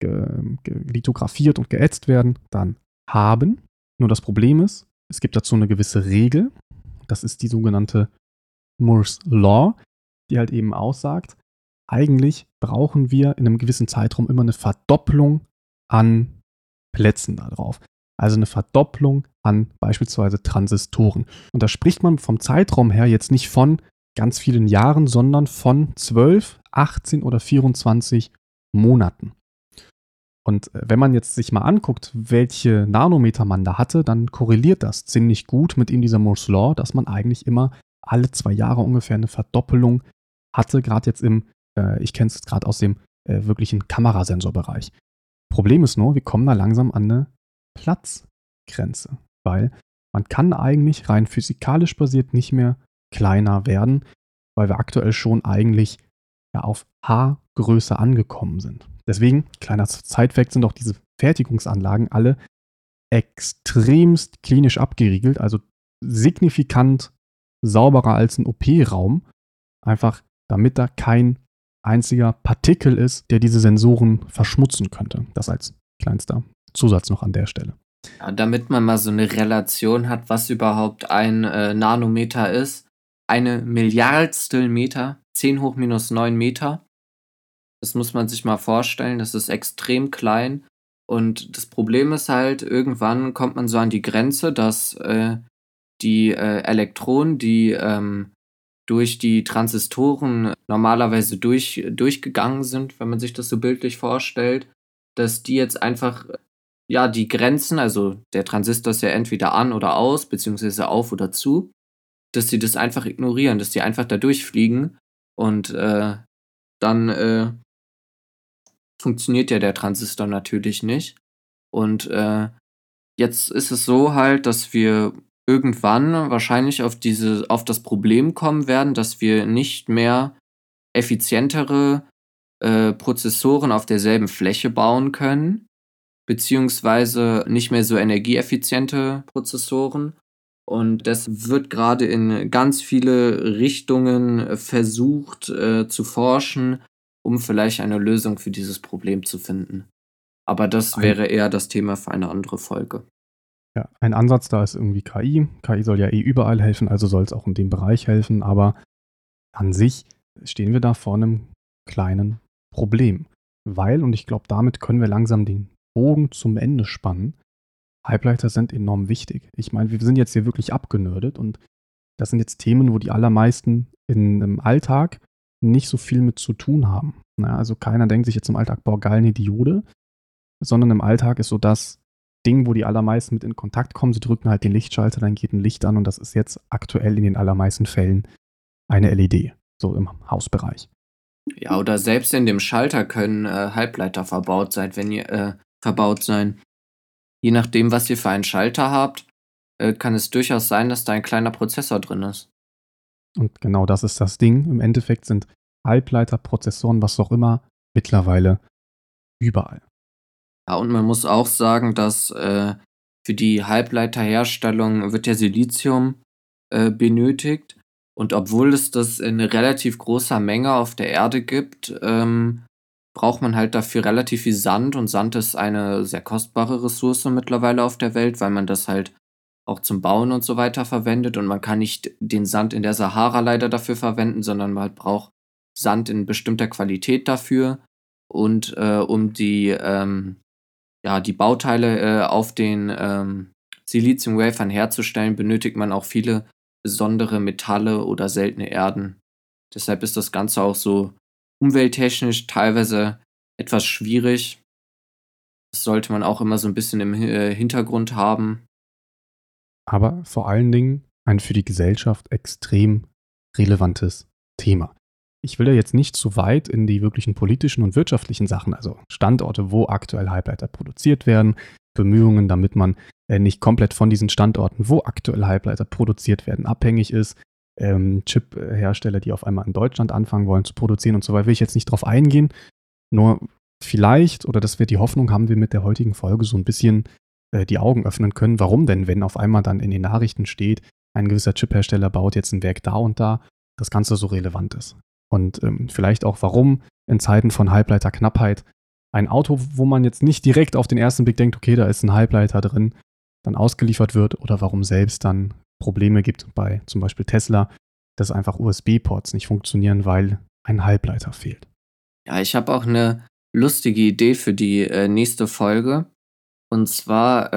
lithografiert und geätzt werden, dann haben. Nur das Problem ist, es gibt dazu eine gewisse Regel. Das ist die sogenannte Moore's Law, die halt eben aussagt, eigentlich brauchen wir in einem gewissen Zeitraum immer eine Verdopplung an Plätzen da drauf. Also eine Verdopplung an beispielsweise Transistoren. Und da spricht man vom Zeitraum her jetzt nicht von ganz vielen Jahren, sondern von 12, 18 oder 24 Monaten. Und wenn man jetzt sich mal anguckt, welche Nanometer man da hatte, dann korreliert das ziemlich gut mit in dieser Moore's Law, dass man eigentlich immer alle 2 Jahre ungefähr eine Verdoppelung hatte, gerade jetzt ich kenne es gerade aus dem wirklichen Kamerasensorbereich. Problem ist nur, wir kommen da langsam an eine Platzgrenze, weil man kann eigentlich rein physikalisch basiert nicht mehr kleiner werden, weil wir aktuell schon eigentlich ja auf H-Größe angekommen sind. Deswegen, kleiner Side-Fact, sind auch diese Fertigungsanlagen alle extremst klinisch abgeriegelt, also signifikant sauberer als ein OP-Raum, einfach damit da kein einziger Partikel ist, der diese Sensoren verschmutzen könnte. Das als kleinster Zusatz noch an der Stelle. Ja, damit man mal so eine Relation hat, was überhaupt ein Nanometer ist. Eine Milliardstel Meter, 10 hoch minus 9 Meter. Das muss man sich mal vorstellen, das ist extrem klein. Und das Problem ist halt, irgendwann kommt man so an die Grenze, dass die Elektronen, die durch die Transistoren normalerweise durchgegangen sind, wenn man sich das so bildlich vorstellt, dass die jetzt einfach, ja, die Grenzen, also der Transistor ist ja entweder an oder aus, beziehungsweise auf oder zu, dass sie das einfach ignorieren, dass die einfach da durchfliegen, und dann funktioniert ja der Transistor natürlich nicht. Und Jetzt ist es so halt, dass wir irgendwann wahrscheinlich auf das Problem kommen werden, dass wir nicht mehr effizientere, Prozessoren auf derselben Fläche bauen können, beziehungsweise nicht mehr so energieeffiziente Prozessoren. Und das wird gerade in ganz viele Richtungen versucht, zu forschen, um vielleicht eine Lösung für dieses Problem zu finden. Aber das Ein, wäre eher das Thema für eine andere Folge. ja, ein Ansatz da ist irgendwie KI. KI soll ja überall helfen, also soll es auch in dem Bereich helfen, aber an sich stehen wir da vor einem kleinen Problem. Weil, und ich glaube, damit können wir langsam den Bogen zum Ende spannen, Halbleiter sind enorm wichtig. Ich meine, wir sind jetzt hier wirklich abgenördet und das sind jetzt Themen, wo die allermeisten im Alltag nicht so viel mit zu tun haben. Na, also keiner denkt sich jetzt im Alltag, boah, geil, eine Diode, sondern im Alltag ist so das Ding, wo die allermeisten mit in Kontakt kommen. Sie drücken halt den Lichtschalter, dann geht ein Licht an und das ist jetzt aktuell in den allermeisten Fällen eine LED, so im Hausbereich. Ja, oder selbst in dem Schalter können Halbleiter verbaut sein. Je nachdem, was ihr für einen Schalter habt, kann es durchaus sein, dass da ein kleiner Prozessor drin ist. Und genau das ist das Ding. Im Endeffekt sind Halbleiter, Prozessoren, was auch immer, mittlerweile überall. Ja, und man muss auch sagen, dass für die Halbleiterherstellung wird ja Silizium benötigt. Und obwohl es das in relativ großer Menge auf der Erde gibt, braucht man halt dafür relativ viel Sand. Und Sand ist eine sehr kostbare Ressource mittlerweile auf der Welt, weil man das halt auch zum Bauen und so weiter verwendet. Und man kann nicht den Sand in der Sahara leider dafür verwenden, sondern man halt braucht Sand in bestimmter Qualität dafür. Und um die Bauteile auf den Silizium-Wafern herzustellen, benötigt man auch viele besondere Metalle oder seltene Erden. Deshalb ist das Ganze auch so umwelttechnisch teilweise etwas schwierig. Das sollte man auch immer so ein bisschen im Hintergrund haben. Aber vor allen Dingen ein für die Gesellschaft extrem relevantes Thema. Ich will ja jetzt nicht zu weit in die wirklichen politischen und wirtschaftlichen Sachen, also Standorte, wo aktuell Halbleiter produziert werden, Bemühungen, damit man nicht komplett von diesen Standorten, wo aktuell Halbleiter produziert werden, abhängig ist. Chip-Hersteller, die auf einmal in Deutschland anfangen wollen zu produzieren und so weiter, will ich jetzt nicht drauf eingehen. Nur vielleicht, oder das wird die Hoffnung, haben wir mit der heutigen Folge so ein bisschen die Augen öffnen können. Warum denn, wenn auf einmal dann in den Nachrichten steht, ein gewisser Chip-Hersteller baut jetzt ein Werk da und da, das Ganze so relevant ist. Und vielleicht auch, warum in Zeiten von Halbleiterknappheit ein Auto, wo man jetzt nicht direkt auf den ersten Blick denkt, okay, da ist ein Halbleiter drin, dann ausgeliefert wird oder warum selbst dann Probleme gibt bei zum Beispiel Tesla, dass einfach USB-Ports nicht funktionieren, weil ein Halbleiter fehlt. Ja, ich habe auch eine lustige Idee für die nächste Folge. Und zwar,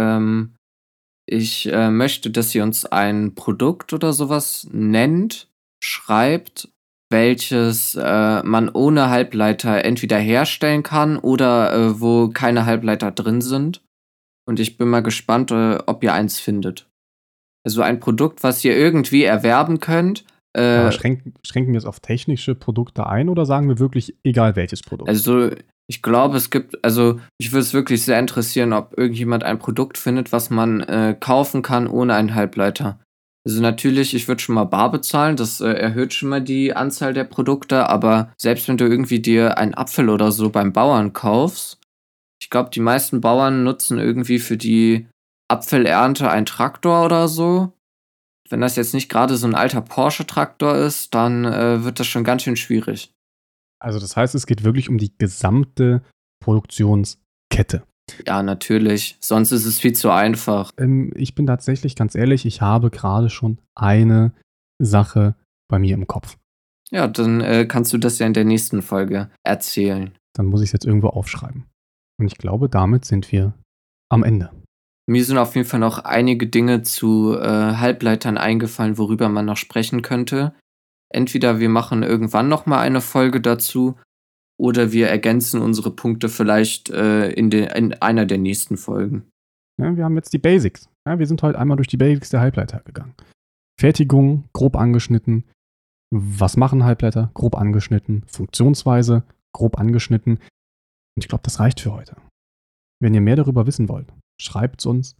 ich möchte, dass ihr uns ein Produkt oder sowas nennt, schreibt, welches man ohne Halbleiter entweder herstellen kann oder wo keine Halbleiter drin sind. Und ich bin mal gespannt, ob ihr eins findet. Also ein Produkt, was ihr irgendwie erwerben könnt. Aber schränken wir es auf technische Produkte ein oder sagen wir wirklich, egal welches Produkt? Also ich glaube, mich würde es wirklich sehr interessieren, ob irgendjemand ein Produkt findet, was man kaufen kann ohne einen Halbleiter. Also natürlich, ich würde schon mal bar bezahlen, das erhöht schon mal die Anzahl der Produkte, aber selbst wenn du irgendwie dir einen Apfel oder so beim Bauern kaufst, ich glaube, die meisten Bauern nutzen irgendwie für die Apfelernte einen Traktor oder so. Wenn das jetzt nicht gerade so ein alter Porsche-Traktor ist, dann wird das schon ganz schön schwierig. Also das heißt, es geht wirklich um die gesamte Produktionskette. Ja, natürlich. Sonst ist es viel zu einfach. Ich bin tatsächlich ganz ehrlich, ich habe gerade schon eine Sache bei mir im Kopf. Ja, dann kannst du das ja in der nächsten Folge erzählen. Dann muss ich es jetzt irgendwo aufschreiben. Und ich glaube, damit sind wir am Ende. Mir sind auf jeden Fall noch einige Dinge zu Halbleitern eingefallen, worüber man noch sprechen könnte. Entweder wir machen irgendwann noch mal eine Folge dazu oder wir ergänzen unsere Punkte vielleicht in einer der nächsten Folgen. Ja, wir haben jetzt die Basics. Ja, wir sind heute einmal durch die Basics der Halbleiter gegangen. Fertigung, grob angeschnitten. Was machen Halbleiter? Grob angeschnitten. Funktionsweise, grob angeschnitten. Und ich glaube, das reicht für heute. Wenn ihr mehr darüber wissen wollt, schreibt es uns.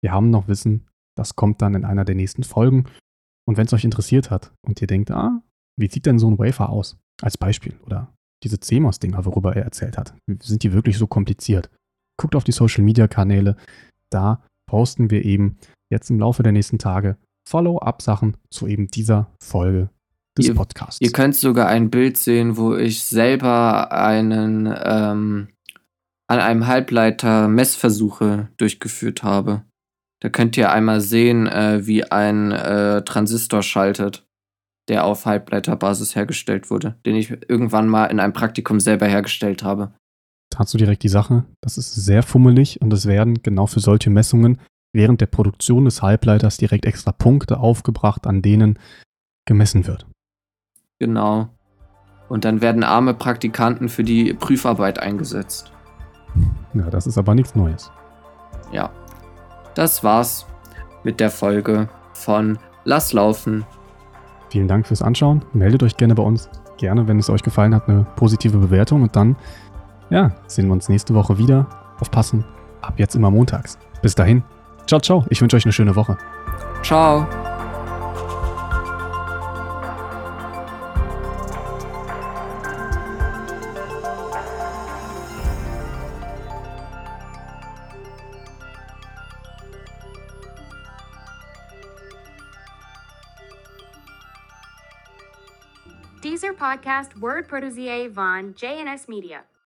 Wir haben noch Wissen, das kommt dann in einer der nächsten Folgen. Und wenn es euch interessiert hat und ihr denkt, wie sieht denn so ein Wafer aus? Als Beispiel. Oder diese CMOS-Dinger, worüber er erzählt hat. Sind die wirklich so kompliziert? Guckt auf die Social-Media-Kanäle. Da posten wir eben jetzt im Laufe der nächsten Tage Follow-up-Sachen zu eben dieser Folge des Podcasts. Ihr könnt sogar ein Bild sehen, wo ich selber an einem Halbleiter Messversuche durchgeführt habe. Da könnt ihr einmal sehen, wie ein Transistor schaltet, der auf Halbleiterbasis hergestellt wurde, den ich irgendwann mal in einem Praktikum selber hergestellt habe. Dazu direkt die Sache, das ist sehr fummelig und es werden genau für solche Messungen während der Produktion des Halbleiters direkt extra Punkte aufgebracht, an denen gemessen wird. Genau. Und dann werden arme Praktikanten für die Prüfarbeit eingesetzt. Ja, das ist aber nichts Neues. Ja. Das war's mit der Folge von Lass laufen. Vielen Dank fürs Anschauen. Meldet euch gerne bei uns. Gerne, wenn es euch gefallen hat, eine positive Bewertung. Und dann, sehen wir uns nächste Woche wieder. Aufpassen. Ab jetzt immer montags. Bis dahin. Ciao, ciao. Ich wünsche euch eine schöne Woche. Ciao. Deezer Podcast Word Produzier von JNS Media.